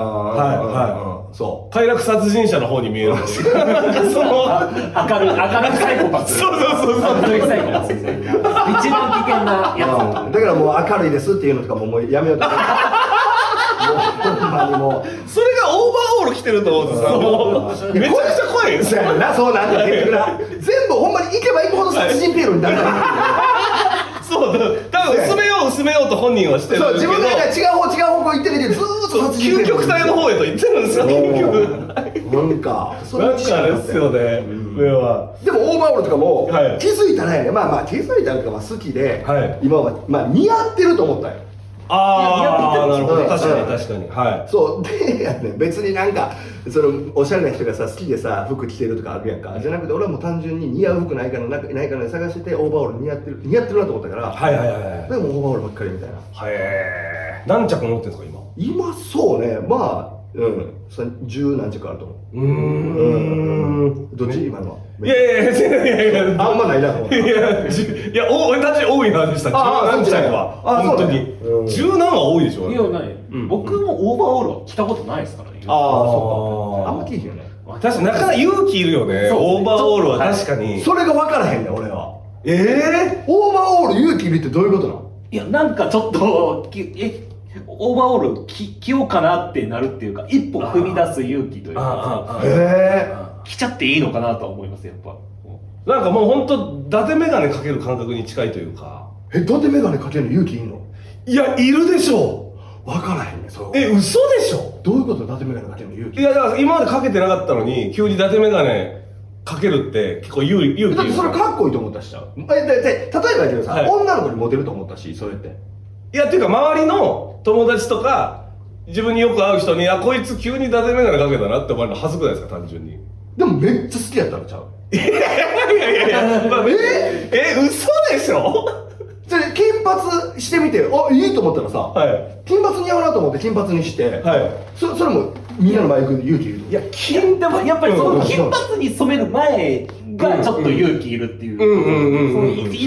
そう。快楽殺人者の方に見える。その明るくサイコパス。 そう。 明るいサイコパス。一番危険なやつ。 だからもう明るいですっていうのとかもうやめようと。ほんまにもう。 それがオーバーオール着てると思うんですよ。めちゃくちゃ怖いですよ。 そうなんだ。全部ほんまに行けば行くほど殺人ピエロになる。 そうだ、多分薄めようと本人はしてるそう、 んですけど、 自分が違う方行ってるけど、ずーっと殺人究極体の方へと言ってるんですよ、結局。 なんか、 なんかあれですよね、上は。 でもオーバーオールとかも、 はい気づいたらやね、まあ気づいたらとかまあ好きで、 はい今は、まあ似合ってると思ったよ。 ああ、なるほど、 うん確かに確かに。はい。 そうでやね、別になんかそのおしゃれな人がさ好きでさ服着てるとかあるやんか、じゃなくて俺はもう単純に似合う服ないかなないかな探しててオーバーオール似合ってるなと思ったから、 はいはいはい。 でもオーバーオールばっかりみたいな。 へー。何着持ってるんですか、今。 今そうね、まあ十何着あると思う。どっち今のは。 いやいや、 あんまないなと思って。 いや、私多いなでした。何着は。本当に。17は多いでしょ。 いや、ない。僕もオーバーオールは着たことないですからね。 ああ、そうか。あんま聞いへんよね。 確かになかなか勇気いるよね。オーバーオールは確かに。 それが分からへんねん、俺は。 オーバーオール勇気いるってどういうことなの？ いや、なんかちょっと、オーバーオール着ようかなってなるっていうか、一歩踏み出す勇気というか、着ちゃっていいのかなとは思います、やっぱ。 なんかもう本当伊達メガネかける感覚に近いというか。 伊達メガネかけるの勇気いんの？ いや、いるでしょ分からへんねん、そう。 嘘でしょ？ どういうこと？伊達メガネかけるの勇気？ いや、だから今までかけてなかったのに、急に伊達メガネかけるって結構勇気いる。 だってそれかっこいいと思ったしちゃう。例えばだけどさ、女の子にモテると思ったし、それって。 いや、っていうか周りの友達とか、自分によく会う人に、こいつ急に伊達メガネかけたなって思われるの恥ずくないですか、単純に。 でもめっちゃ好きやったらちゃう。 いや、まあ、嘘でしょ？ それ金髪してみて、いいと思ったらさ、金髪似合うなと思って金髪にして、それもみんなの前行く勇気いる。 いや、でもやっぱりその金髪に染める前がちょっと勇気いるっていう。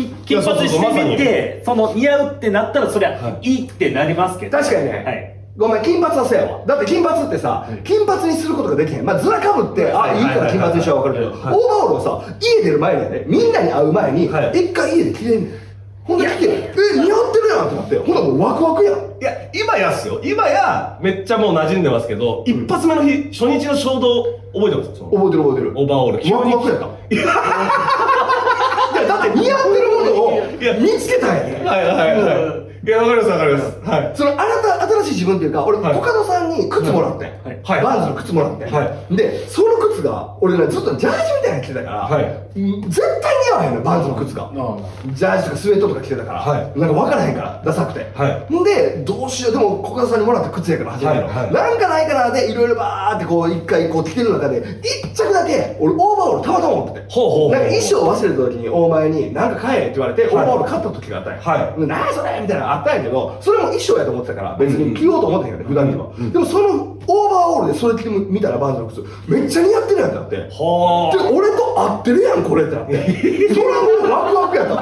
金髪してみて、その似合うってなったらそりゃいいってなりますけど。 確かにね。ごめん、金髪はそうやわ。だって金髪ってさ、金髪にすることができへん。まあ、ずらかぶって、いいから金髪にしようわかるけど、オーバーオールはさ、家出る前にやで、みんなに会う前に、一回家で着れんねん。ほんで来て、似合ってるやんってなって、ほんなもうワクワクやん。 いや、今やっすよ。今や、めっちゃもう馴染んでますけど、一発目の日、初日の衝動、覚えてます？ 覚えてる覚えてる。 オーバーオール。 ワクワクやった。いや、だって似合ってるものを見つけたんやね。 いや、わかりますわかります。 その新しい自分っていうか、俺、コカドさんに靴もらってん。バンズの靴もらってん。で、その靴が、俺ね、ずっとジャージみたいなの着てたから、絶対似合わへんの、バンズの靴が。ジャージとかスウェットとか着てたから、なんか分からへんから、ダサくて。んで、どうしよう、でも、コカドさんにもらった靴やから初めての。なんかないかなで、いろいろバーってこう、一回こう着てる中で、一着だけ、俺、オーバーオールたまたま持ってて。なんか衣装忘れた時に、大前に、なんか買えって言われて、オーバーオール買った時があったんや。なあそれみたいなのあったんやけど、それも衣装やと思ってたから、別に着ようと思ってへんからね、普段には。でもその、オーバーオールでそれ着てみたらバンズの靴、めっちゃ似合ってるやんってなって。で、俺と合ってるやん、これってなって。それはもうワクワクやった。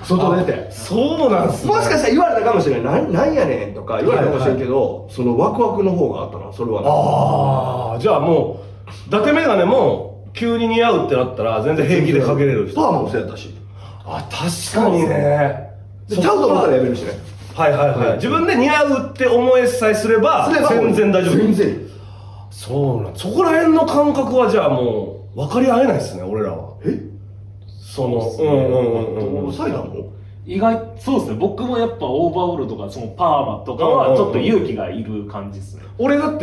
外出て。 そうなんすね。 もしかしたら言われたかもしれない。なんやねんとか言われたかもしれんけど、そのワクワクの方があったな、それは。 じゃあもう、伊達メガネも急に似合うってなったら全然平気でかけれる人。 パーマもそうやったし。 確かにね。 ちゃうと思ったらやめるしね。 自分で似合うって思いさえすれば全然大丈夫。 全然。 そうなん。そこら辺の感覚はじゃあもう分かり合えないですね、俺らは。サイダーも意外、そうですね。僕もやっぱオーバーオールとか、そのパーマとかはちょっと勇気がいる感じですね。 俺だって、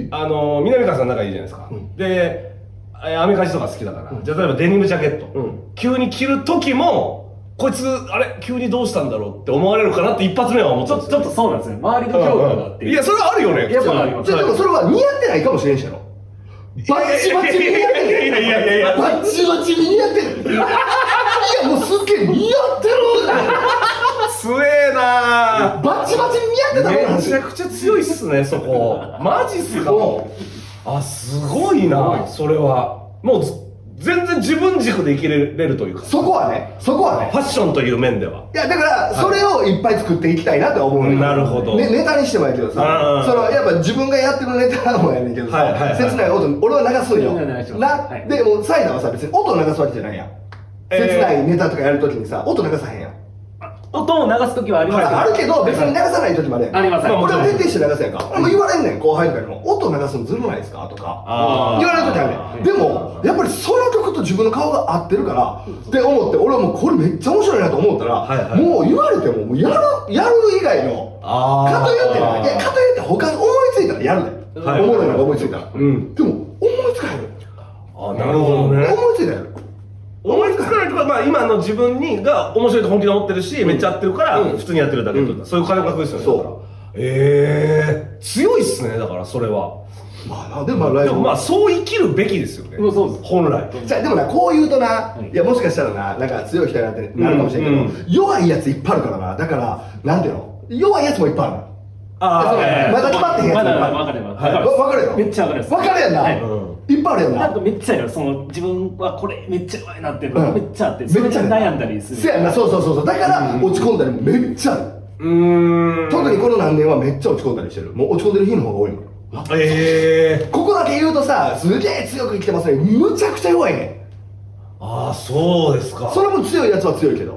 南川さん仲いいじゃないですか。で、アメカジとか好きだから、じゃあ例えばデニムジャケット、急に着る時も、こいつ、あれ急にどうしたんだろうって思われるかなって一発目は思ってたんですよ。 ちょっとそうなんですね。周りの評価があって。 いや、それはあるよね。 やっぱあります。 でもそれは似合ってないかもしれんしやろ。バッチバチに似合ってる。 いや。 バッチバチに似合ってる。いや、もうすっげえ似合ってる。 強えなバッチバチに似合ってためちゃくちゃ強いっすね、そこ。マジっすか？すごいな、それは。もう、全然自分軸で生きれるというか。 そこはね。 ファッションという面では。 いや、だから、それをいっぱい作っていきたいなと思う。 なるほど。 ネタにしてもいいけどさ、やっぱ自分がやってるネタもやねんけどさ、切ない音、俺は流すんよ。で、もうサイダーはさ、別に音を流すわけじゃないやん。切ないネタとかやるときにさ、音流さへんやん。 音を流すときはありますあるけど、別に流さないときまで。 あります。 俺は徹底して流すやんか。もう言われんねん、後輩とかにも。音流すのずるないですかとか。言われるときあるねん。でも、やっぱりその曲と自分の顔が合ってるからって思って、俺はもうこれめっちゃ面白いなと思ったら、もう言われてもやる以外のかといってかといって他に思いついたらやるねん、おもろいのが思いついたら、でも思いつかへん。 なるほどね。 思いついたらやる。 思いつかないとか、まあ今の自分が面白いと本気で思ってるし、めっちゃ合ってるから普通にやってるだけとか、そういう感覚ですよね。そう。強いっすね、だからそれは。 まあな、でもまあそう生きるべきですよね。 そうです。 本来。 じゃあでもな、こう言うとな、いやもしかしたらな、なんか強い人やなってなるかもしれんけど、弱いやついっぱいあるからな。だから、なんていうの、弱いやつもいっぱいあるの。まだ決まってへんやつ。 まだ分かるよ。 分かるよ。 めっちゃ分かる。 分かるやんな。いっぱいあるやんな。 なんかめっちゃやる。その自分はこれめっちゃうまいなっていうのめっちゃあって、それで悩んだりする。 そうやんな、そう。だから落ち込んだりもめっちゃある。特にこの何年はめっちゃ落ち込んだりしてる。もう落ち込んでる日の方が多いの。ここだけ言うとさ、すげえ強く生きてますね。むちゃくちゃ弱いね。 ああ、そうですか。 それも強いやつは強いけど。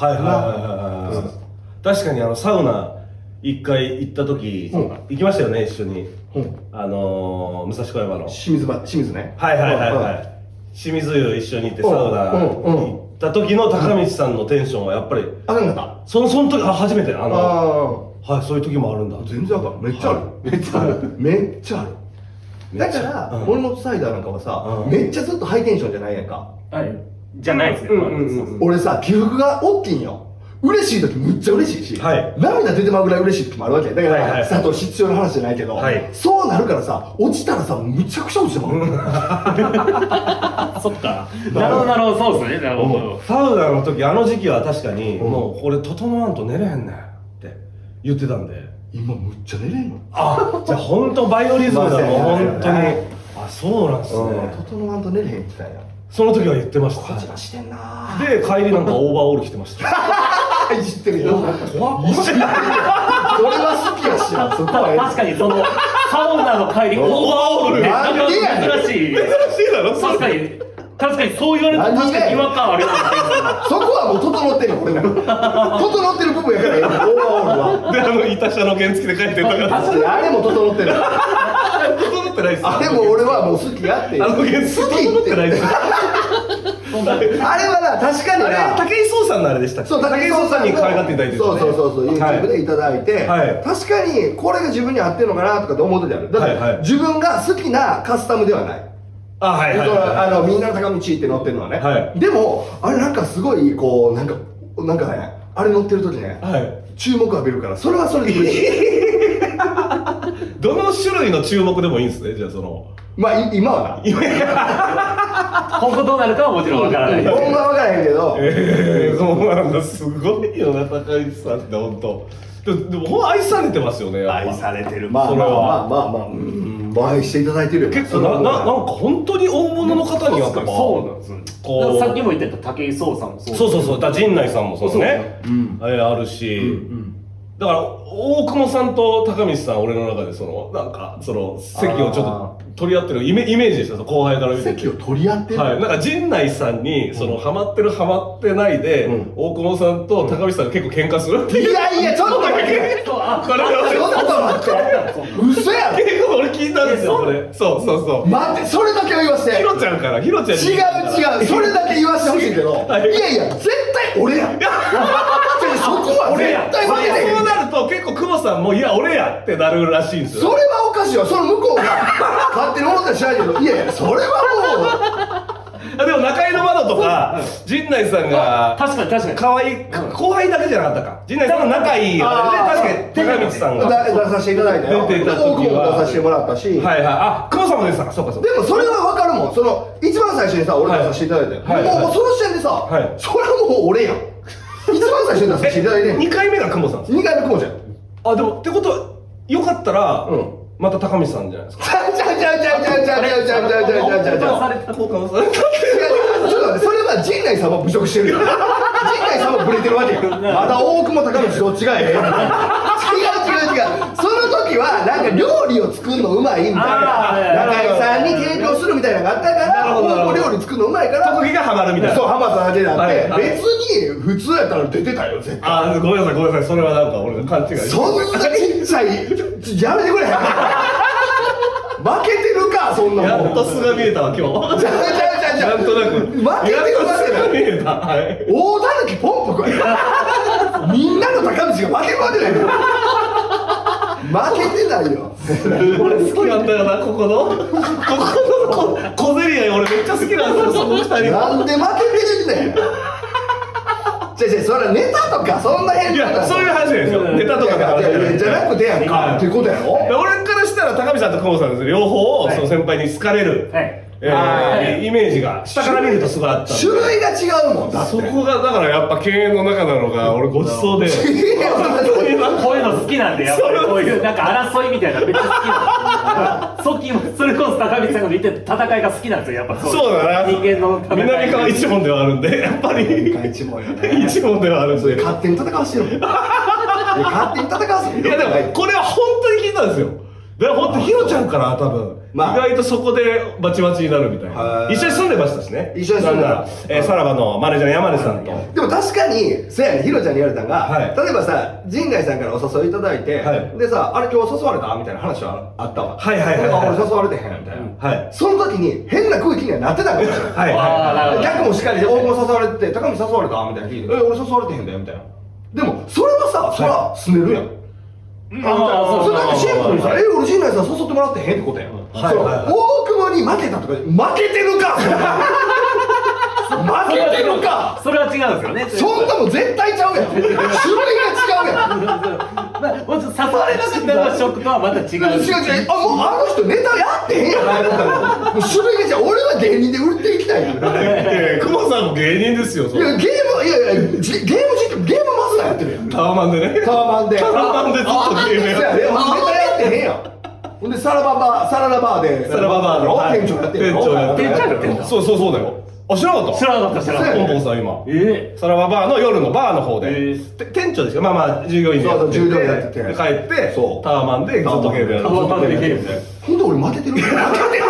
確かにサウナ一回行った時、行きましたよね、一緒に。武蔵小山の。 清水ね。 清水湯一緒に行ってサウナ行った時の高道さんのテンションはやっぱり。 あかんかった。 その時、初めて。はい、そういう時もあるんだ。 全然あかん。めっちゃある。めっちゃある。めっちゃある。だから、森本サイダーなんかはさ、めっちゃずっとハイテンションじゃないやんか。 じゃないですね。 俺さ、起伏が大きいんよ。嬉しい時むっちゃ嬉しいし、涙出てまうぐらい嬉しい時もあるわけだから、佐藤必要な話じゃないけど、そうなるからさ、落ちたらさ、むちゃくちゃ落ちてまう。 そっか。なるほど、そうですね。 サウナの時、あの時期は確かに、もうこれ整わんと寝れへんねんって言ってたんで。 今むっちゃ寝れんの。 じゃあ本当バイオリズムだもん、本当に。あ、そうなんすね。 整わんと寝れへんみたいな。 その時は言ってました。 こちらしてんな。 で、帰りなんかオーバーオール着てました。 いじってるよ。怖っ。いじってるよ。それは好きやしな。そこは確かにそのサウナの帰りオーバーオール。 なんでやねん。 珍しいだろ。確かにそう言われると確かに違和感あるよ。 そこはもう整ってるこれ。整ってる部分やからオーバーオールは。 で板車の原付で帰ってたから。 確かにあれも整ってる。 整ってないっす。 あれも俺はもう好きやって。 原付整ってないっす。 あれはな、確かにな。 武井壮さんのあれでしたっけ？そう、武井壮さんに可愛がっていただいてる。 そう、YouTube でいただいて、確かにこれが自分に合ってるのかなとかって思ってたよ。だって自分が好きなカスタムではない。みんなの坂道って乗ってるのはね。でも、あれなんかすごい、こう、なんかね、あれ乗ってる時ね、注目浴びるから、それはそれで嬉しい。 どの種類の注目でもいいんですね、じゃあその。 まあ、今はな。今後どうなるかはもちろんわからない。 今後はわからへんけど。 そうなんだ、すごいよな、高市さんって本当。でも、ほん愛されてますよね、 愛されてる。まあ、愛していただいてるよ。 結構、なんか本当に大物の方にやっぱ。 そうなんですよ。さっきも言ってた武井壮さんもそう。 そう。陣内さんもそうね。あるし。だから大久保さんと高道さん、俺の中で席をちょっと取り合ってるイメージでした、後輩から見て。 席を取り合ってる。 はい、なんか陣内さんにハマってるハマってないで、大久保さんと高道さんが結構喧嘩するっていう。 いやちょっと待って。 これはちょっと待って。嘘やろ。 結構俺聞いたんですよ、これ。そう。 待って、それだけは言わせて。 ヒロちゃんから、ヒロちゃんに。 違う。それだけ言わせてほしいけど。いや、絶対俺や。そこは絶対負けない。 そうなると結構久保さんもいや俺やってなるらしいんですよ。 それはおかしいわ。その向こうが勝手に思ったりしないけど、いやそれはもう。でも中井の窓とか陣内さんが確かに可愛い後輩だけじゃなかったか。陣内さんが仲いいあれで確かに高道さんが出させていただいて、 出てた時は出させてもらったし、 あ久保さんも出てたか。そうか。 でもそれは分かるもん。一番最初にさ俺出させていただいて、もうその時点でさ、それはもう俺やん。一番最初に出させていただいて、 2回目が久保さんです。 2回目久保ちゃん。 でもってことはよかったらまた高道さんじゃないですか。 ちゃう。交換された。ちょっと待って、それは陣内さんも侮辱してるよ。陣内さんもブレてるわけよ。まだ大久保高道どっちがええ。違う。その時はなんか料理を作るのうまいみたいな、中井さんに提供するみたいなのがあったから、大久保料理作るのうまいから特技がハマるみたいな。 そうハマっただけだって、別に普通やったら出てたよ絶対。 ごめんなさい、それはなんか俺の勘違い。 そんなちっちゃいやめてくれ。 負けてるか、そんなもん。 やっと素が見えたわ、今日。 じゃなんとなく。 負けてるわけない。 見えた。はい。 大狸ポンプや。みんなの高道が負けるわけないよ。負けてないよ。 俺好きなんだよな、ここの小競り合い俺めっちゃ好きなんですよ、その二人。 なんで負けてるんねん。それネタとかそんな変いや、そういう話じゃないですよ。ネタとかじゃなくてやんかっていうことやろ。 俺からしたら高見さんと久保さんです両方をその先輩に好かれるイメージが下から見るとすごいあった。 種類が違うもんだって。 そこがだからやっぱ経営の中なのが俺ごちそうで。 こういうの好きなんで、やっぱりこういうなんか争いみたいなのめっちゃ好きなんですよ。それこそ高見さんが見て戦いが好きなんですよ、やっぱそうだな。 人間の南川一門ではあるんで、やっぱり一門よね。 一門ではあるんで。 勝手に戦わしてるもん。勝手に戦わせてる。 いやでもこれは本当に聞いたんですよ。だから本当ヒロちゃんから多分意外とそこでバチバチになるみたいな。一緒に住んでましたしね。 一緒に住んでた。 さらばのマネージャーの山根さんと。 でも確かにそうやね、ヒロちゃんに言われたのが、例えばさ、陣内さんからお誘いいただいて、でさ、あれ今日誘われたみたいな話はあったわ。 はいはいはい。 俺誘われてへんみたいな。その時に変な空気にはなってたんですよ。逆もしっかりで、大久保誘われて、高見誘われたみたいな聞いて、俺誘われてへんだよみたいな。でもそれはさ、そりゃすねるやん。それだってシンプルにさ、俺陣内さん誘ってもらってへんってことやん。大久保に負けたとか、負けてるか負けてるか。 それは違うんですよね。 そんなもん絶対ちゃうやん。種類が違うやん。 誘われなかったのショックとはまた違う。 違う。もうあの人ネタやってへんやん。もう種類が違う。俺は芸人で売っていきたいやん。 久保さんも芸人ですよ。 いやゲームマスターやってるやん。 タワマンでね。 タワマンでずっとゲームやってる。 ネタやってへんやん。ほんでサラダバーで店長やってる。 店長やってんだ。 そうだよ。あ、知らなかった。 知らなかった。 ポンポンさん今。サラババーの夜のバーの方で店長ですよ。まあ従業員でやってて、 従業員やってて帰ってタワマンでずっとゲームやる。 タワマンでゲームやる。 ほんで俺負けてるか。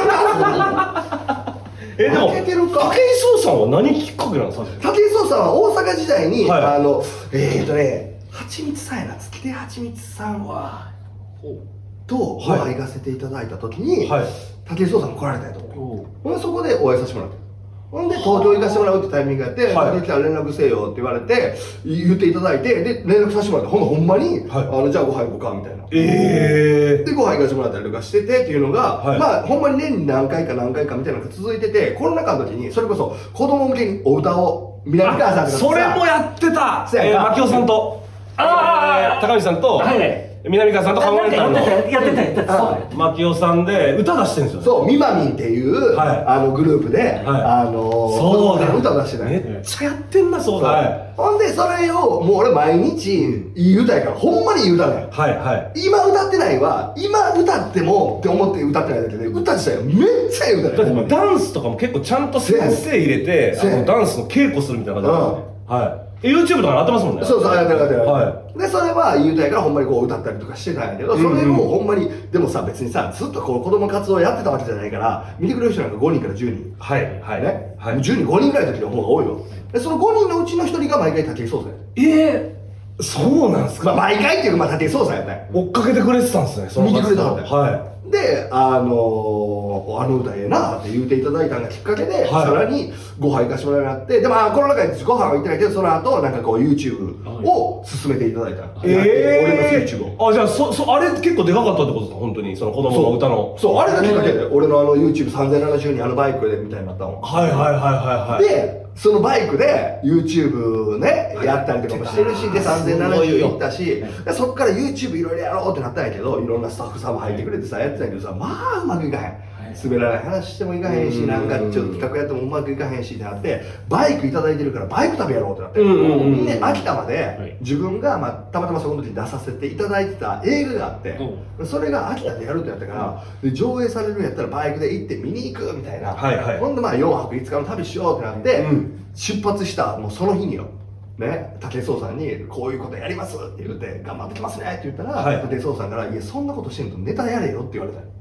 でも武井壮さんは何きっかけなんですか。 武井壮さんは大阪時代にはちみつさんやな、月手はちみつさんはとお会い行かせていただいた時に武井壮さんも来られたやと思う。ほんでそこでお会いさせてもらって。ほんで東京行かせてもらうってタイミングがあって「東京来たら連絡せよ」って言われて言っていただいて、で連絡させてもらって、ほんまにじゃあご飯行こうかみたいな。でご飯行かせてもらったりとかしててっていうのが、まあほんまに年に何回かみたいなのが続いてて、コロナ禍の時にそれこそ子供向けにお歌を南川さんとかそれもやってた。牧雄さんと高橋さんと南川さんと浜谷さんのやってた牧雄さんで歌出してるんですよ。 そうみまみんっていうグループでそうだ歌出してた。 めっちゃやってんな。そうだ。 ほんでそれをもう俺毎日いい歌やから、ほんまにいい歌だよ。今歌ってないわ、今歌ってもって思って歌ってないだけで、歌自体はめっちゃいい歌だよ。 だってダンスとかも結構ちゃんと先生入れてダンスの稽古するみたいな感じで、YouTube とかなってますもんね。 そうやってるでそれは言うたやからほんまにこう歌ったりとかしてたんやけど、それもほんまにでもさ、別にさずっとこう子供活動やってたわけじゃないから、見てくれる人なんか5人から10人ね、10人5人ぐらいの時の方が多いよ。でその5人のうちの1人が毎回武井壮さんや。 そうなんすか。 毎回っていうか武井壮さんやったんや。 追っかけてくれてたんですね。 見てくれたかったよ。であの歌ええなって言うていただいたのがきっかけで、さらにご飯行かしてもらうようになって、でもコロナ禍でご飯は行ってないけど、その後なんかこう YouTube を進めていただいた。俺の YouTube を。 じゃああれ結構でかかったってことですか。本当にその子供の歌の。 そう、あれがきっかけで俺のYouTube3070 にバイクでみたいになったの。でそのバイクで YouTube ねやったりとかもしてるし、で3070行ったし、そっから YouTube いろいろやろうってなったんやけど、いろんなスタッフさんも入ってくれてさやってたんやけどさ、まあうまくいかへん。滑らない話してもいかへんし、なんかちょっと企画やってもうまくいかへんしってなって、バイクいただいてるからバイク旅やろうってなって、で秋田まで自分がたまたまその時に出させていただいてた映画があって、それが秋田でやるってやったから、で上映されるんやったらバイクで行って見に行くみたいな。ほんで4泊5日の旅しようってなって、出発したもうその日によね、武井壮さんに「こういうことやります」って言って「頑張ってきますね」って言ったら、武井壮さんから「いやそんなことしてんとネタやれよ」って言われたよ。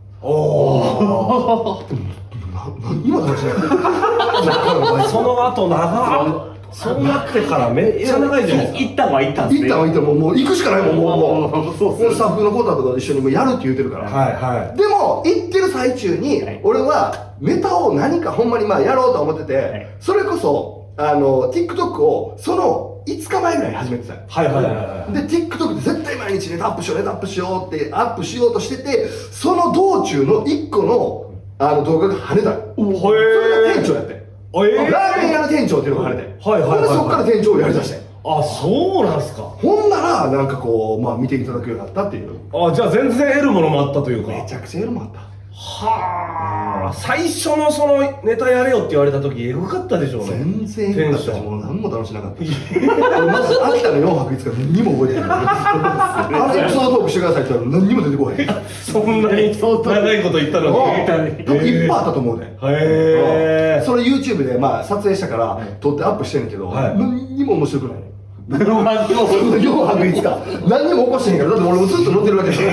今の話その後長そうなってからめっちゃ長いじゃないですか。 行ったは行ったんですね。 行ったもう行くしかないもん、もうそうスタッフの子だとか一緒にもうやるって言ってるから。 はいはい。 でも行ってる最中に俺はネタを何かほんまにまあやろうと思ってて、それこそTikTok をその5日前ぐらいに始めてた。 はいはいはい。 で TikTok で絶対毎日ネタアップしようってアップしようとしてて、その道中の1個の動画が跳ねた。それが店長やって。ラーメン屋の店長っていうのが跳ねて。 はいはいはい。 そっから店長をやりだして。 あ、そうなんすか。 ほんならなんかこうまあ見ていただくようになったっていう。 あ、じゃあ全然得るものもあったというか。 めちゃくちゃ得るもんあった。 はあ。最初のそのネタやれよって言われた時エグかったでしょうね。 全然エグかったし、もう何も楽しなかったし。まず秋田の4泊5日何にも覚えてない。エピソードトークしてくださいって言ったら何にも出てこない。 そんなに長いこと言ったのに。 多分いっぱいあったと思うね。 へえ。 それ YouTube でまあ撮影したから撮ってアップしてんねんけど、何にも面白くないね。4泊5日何にも起こしてへんから、だって俺もずっと乗ってるわけでしょ。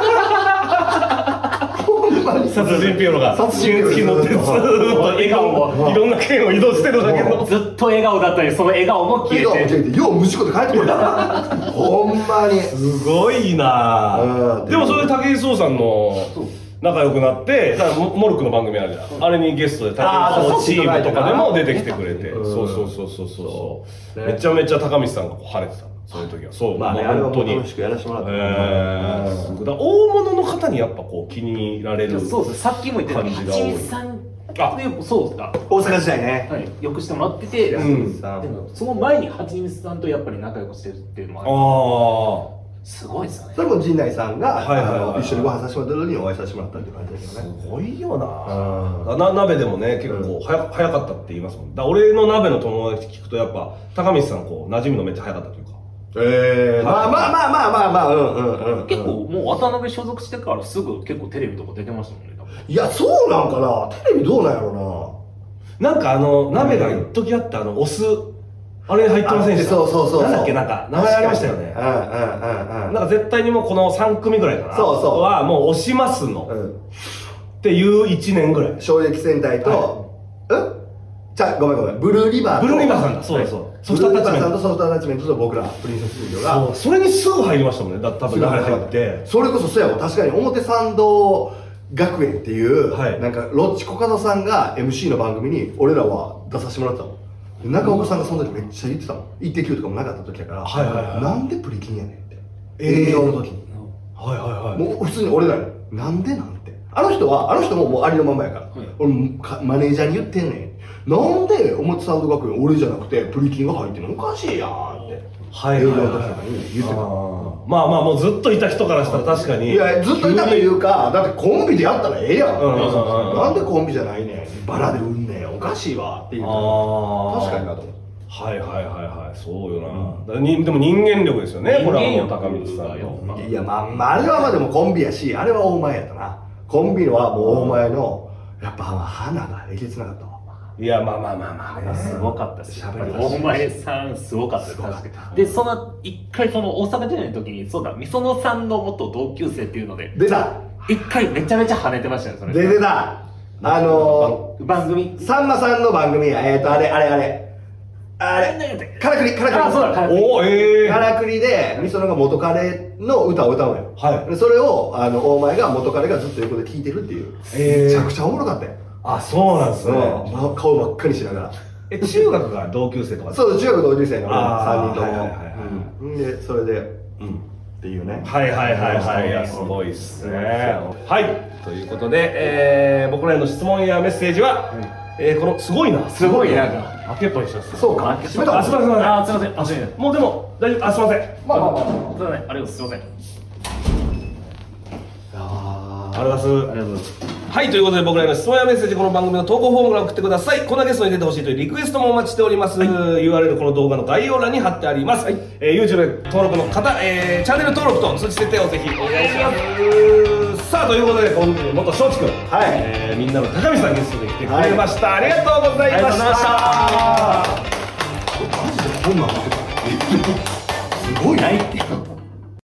殺人ピエロが殺人ピエロ乗ってずっと笑顔をいろんな県を移動してるだけのずっと笑顔だったり、その笑顔も消えて、 よう息子で帰ってこれた。ほんまにすごいな。でもそれで武井壮さんの仲良くなって、だからモルックの番組あるじゃん、あれにゲストで武井壮チームとかでも出てきてくれて、そうめちゃめちゃ高道さんが晴れてた、そういう時は。そう、 まあね、あれは楽しくやらせてもらって、 大物の方にやっぱこう気に入られる。 そうです、さっきも言ったようにはちみつさんで、そうですか、 大阪時代ね、 はい、よくしてもらってて、でもその前にはちみつさんとやっぱり仲良くしてるっていうのもある。すごいですよね。 それも陣内さんが一緒にご飯させてもらった時にお会いさせてもらったっていう感じだけどね。 すごいよな。鍋でもね、結構早かったって言いますもん。だ俺の鍋の友達聞くとやっぱ高道さんこう馴染みのめっちゃ早かったというか。 まあ結構もう渡辺所属してからすぐ結構テレビとか出てましたもんね。 いや、そうなんかな、テレビどうなんやろな。なんか鍋が一時あったお酢、あれ入ってませんでした？ そう。 なんだっけ、なんか名前ありましたよね。なんか絶対にもうこの3組ぐらいかな。そうはもう押しますのっていう1年ぐらい。 衝撃戦隊とごめんブルーリバーさんだ。そう。 ソフトアタッチメントとソフトアタッチメントと僕らプリンセススタジオがそれにすぐ入りましたもんね。多分入って、 それこそそうやもん。確かに表参道学園っていうなんかロッチコカドさんが MC の番組に俺らは出させてもらってたもん。中岡さんがその時めっちゃ言ってたもん。イッテ Q とかもなかった時やからなんでプリキンやねんって営業の時にもう普通に俺らになんでなんて、あの人ももうありのままやから、俺マネージャーに言ってんねん、なんで表参道学園俺じゃなくてプリキンが入ってるのおかしいやんって営業の時とかに言ってた。 まあもうずっといた人からしたら確かに、 いやずっといたというか、だってコンビでやったらええやん、なんでコンビじゃないねん、バラで売んねんおかしいわっていう。確かになと思う。 そうよな。でも人間力ですよね、これはもう高道さんよ。 いやまああれはまあでもコンビやし、あれは大前やったな。コンビはもう大前のやっぱ花がえげつなかったわ。 いやまあすごかったです。大前さんすごかったです。でその一回その大阪時代の時にみそのさんの元同級生っていうので出た。 一回めちゃめちゃ跳ねてましたよ。それ出た。 番組さんまさんの番組、あれからくりからくりでみそのが元彼の歌を歌うのよ。それを大前が元彼がずっと横で聴いてるっていう。めちゃくちゃおもろかったよ。 あ、そうなんですね。 顔真っ赤にしながら。 中学が同級生とか？ そう、中学同級生の3人とも。でそれでっていうね。 すごいっすね。ということで僕らへの質問やメッセージはこのすごいな開けっぱにします。 そうか。 すみません。 もうでも大丈夫。すみません。 まあありがとうございます。すみません。 ありがとうございます。はい、ということで僕らへの質問やメッセージ、この番組の投稿フォームから送ってください。こんなゲストに出てほしいというリクエストもお待ちしております。URL この動画の概要欄に貼ってあります。YouTube 登録の方、チャンネル登録と通知設定をぜひお願いします。さあ、ということで今度元松竹君、みんなの高見さんゲストで来てくれました。ありがとうございました。 マジでこんなんなってた。すごい。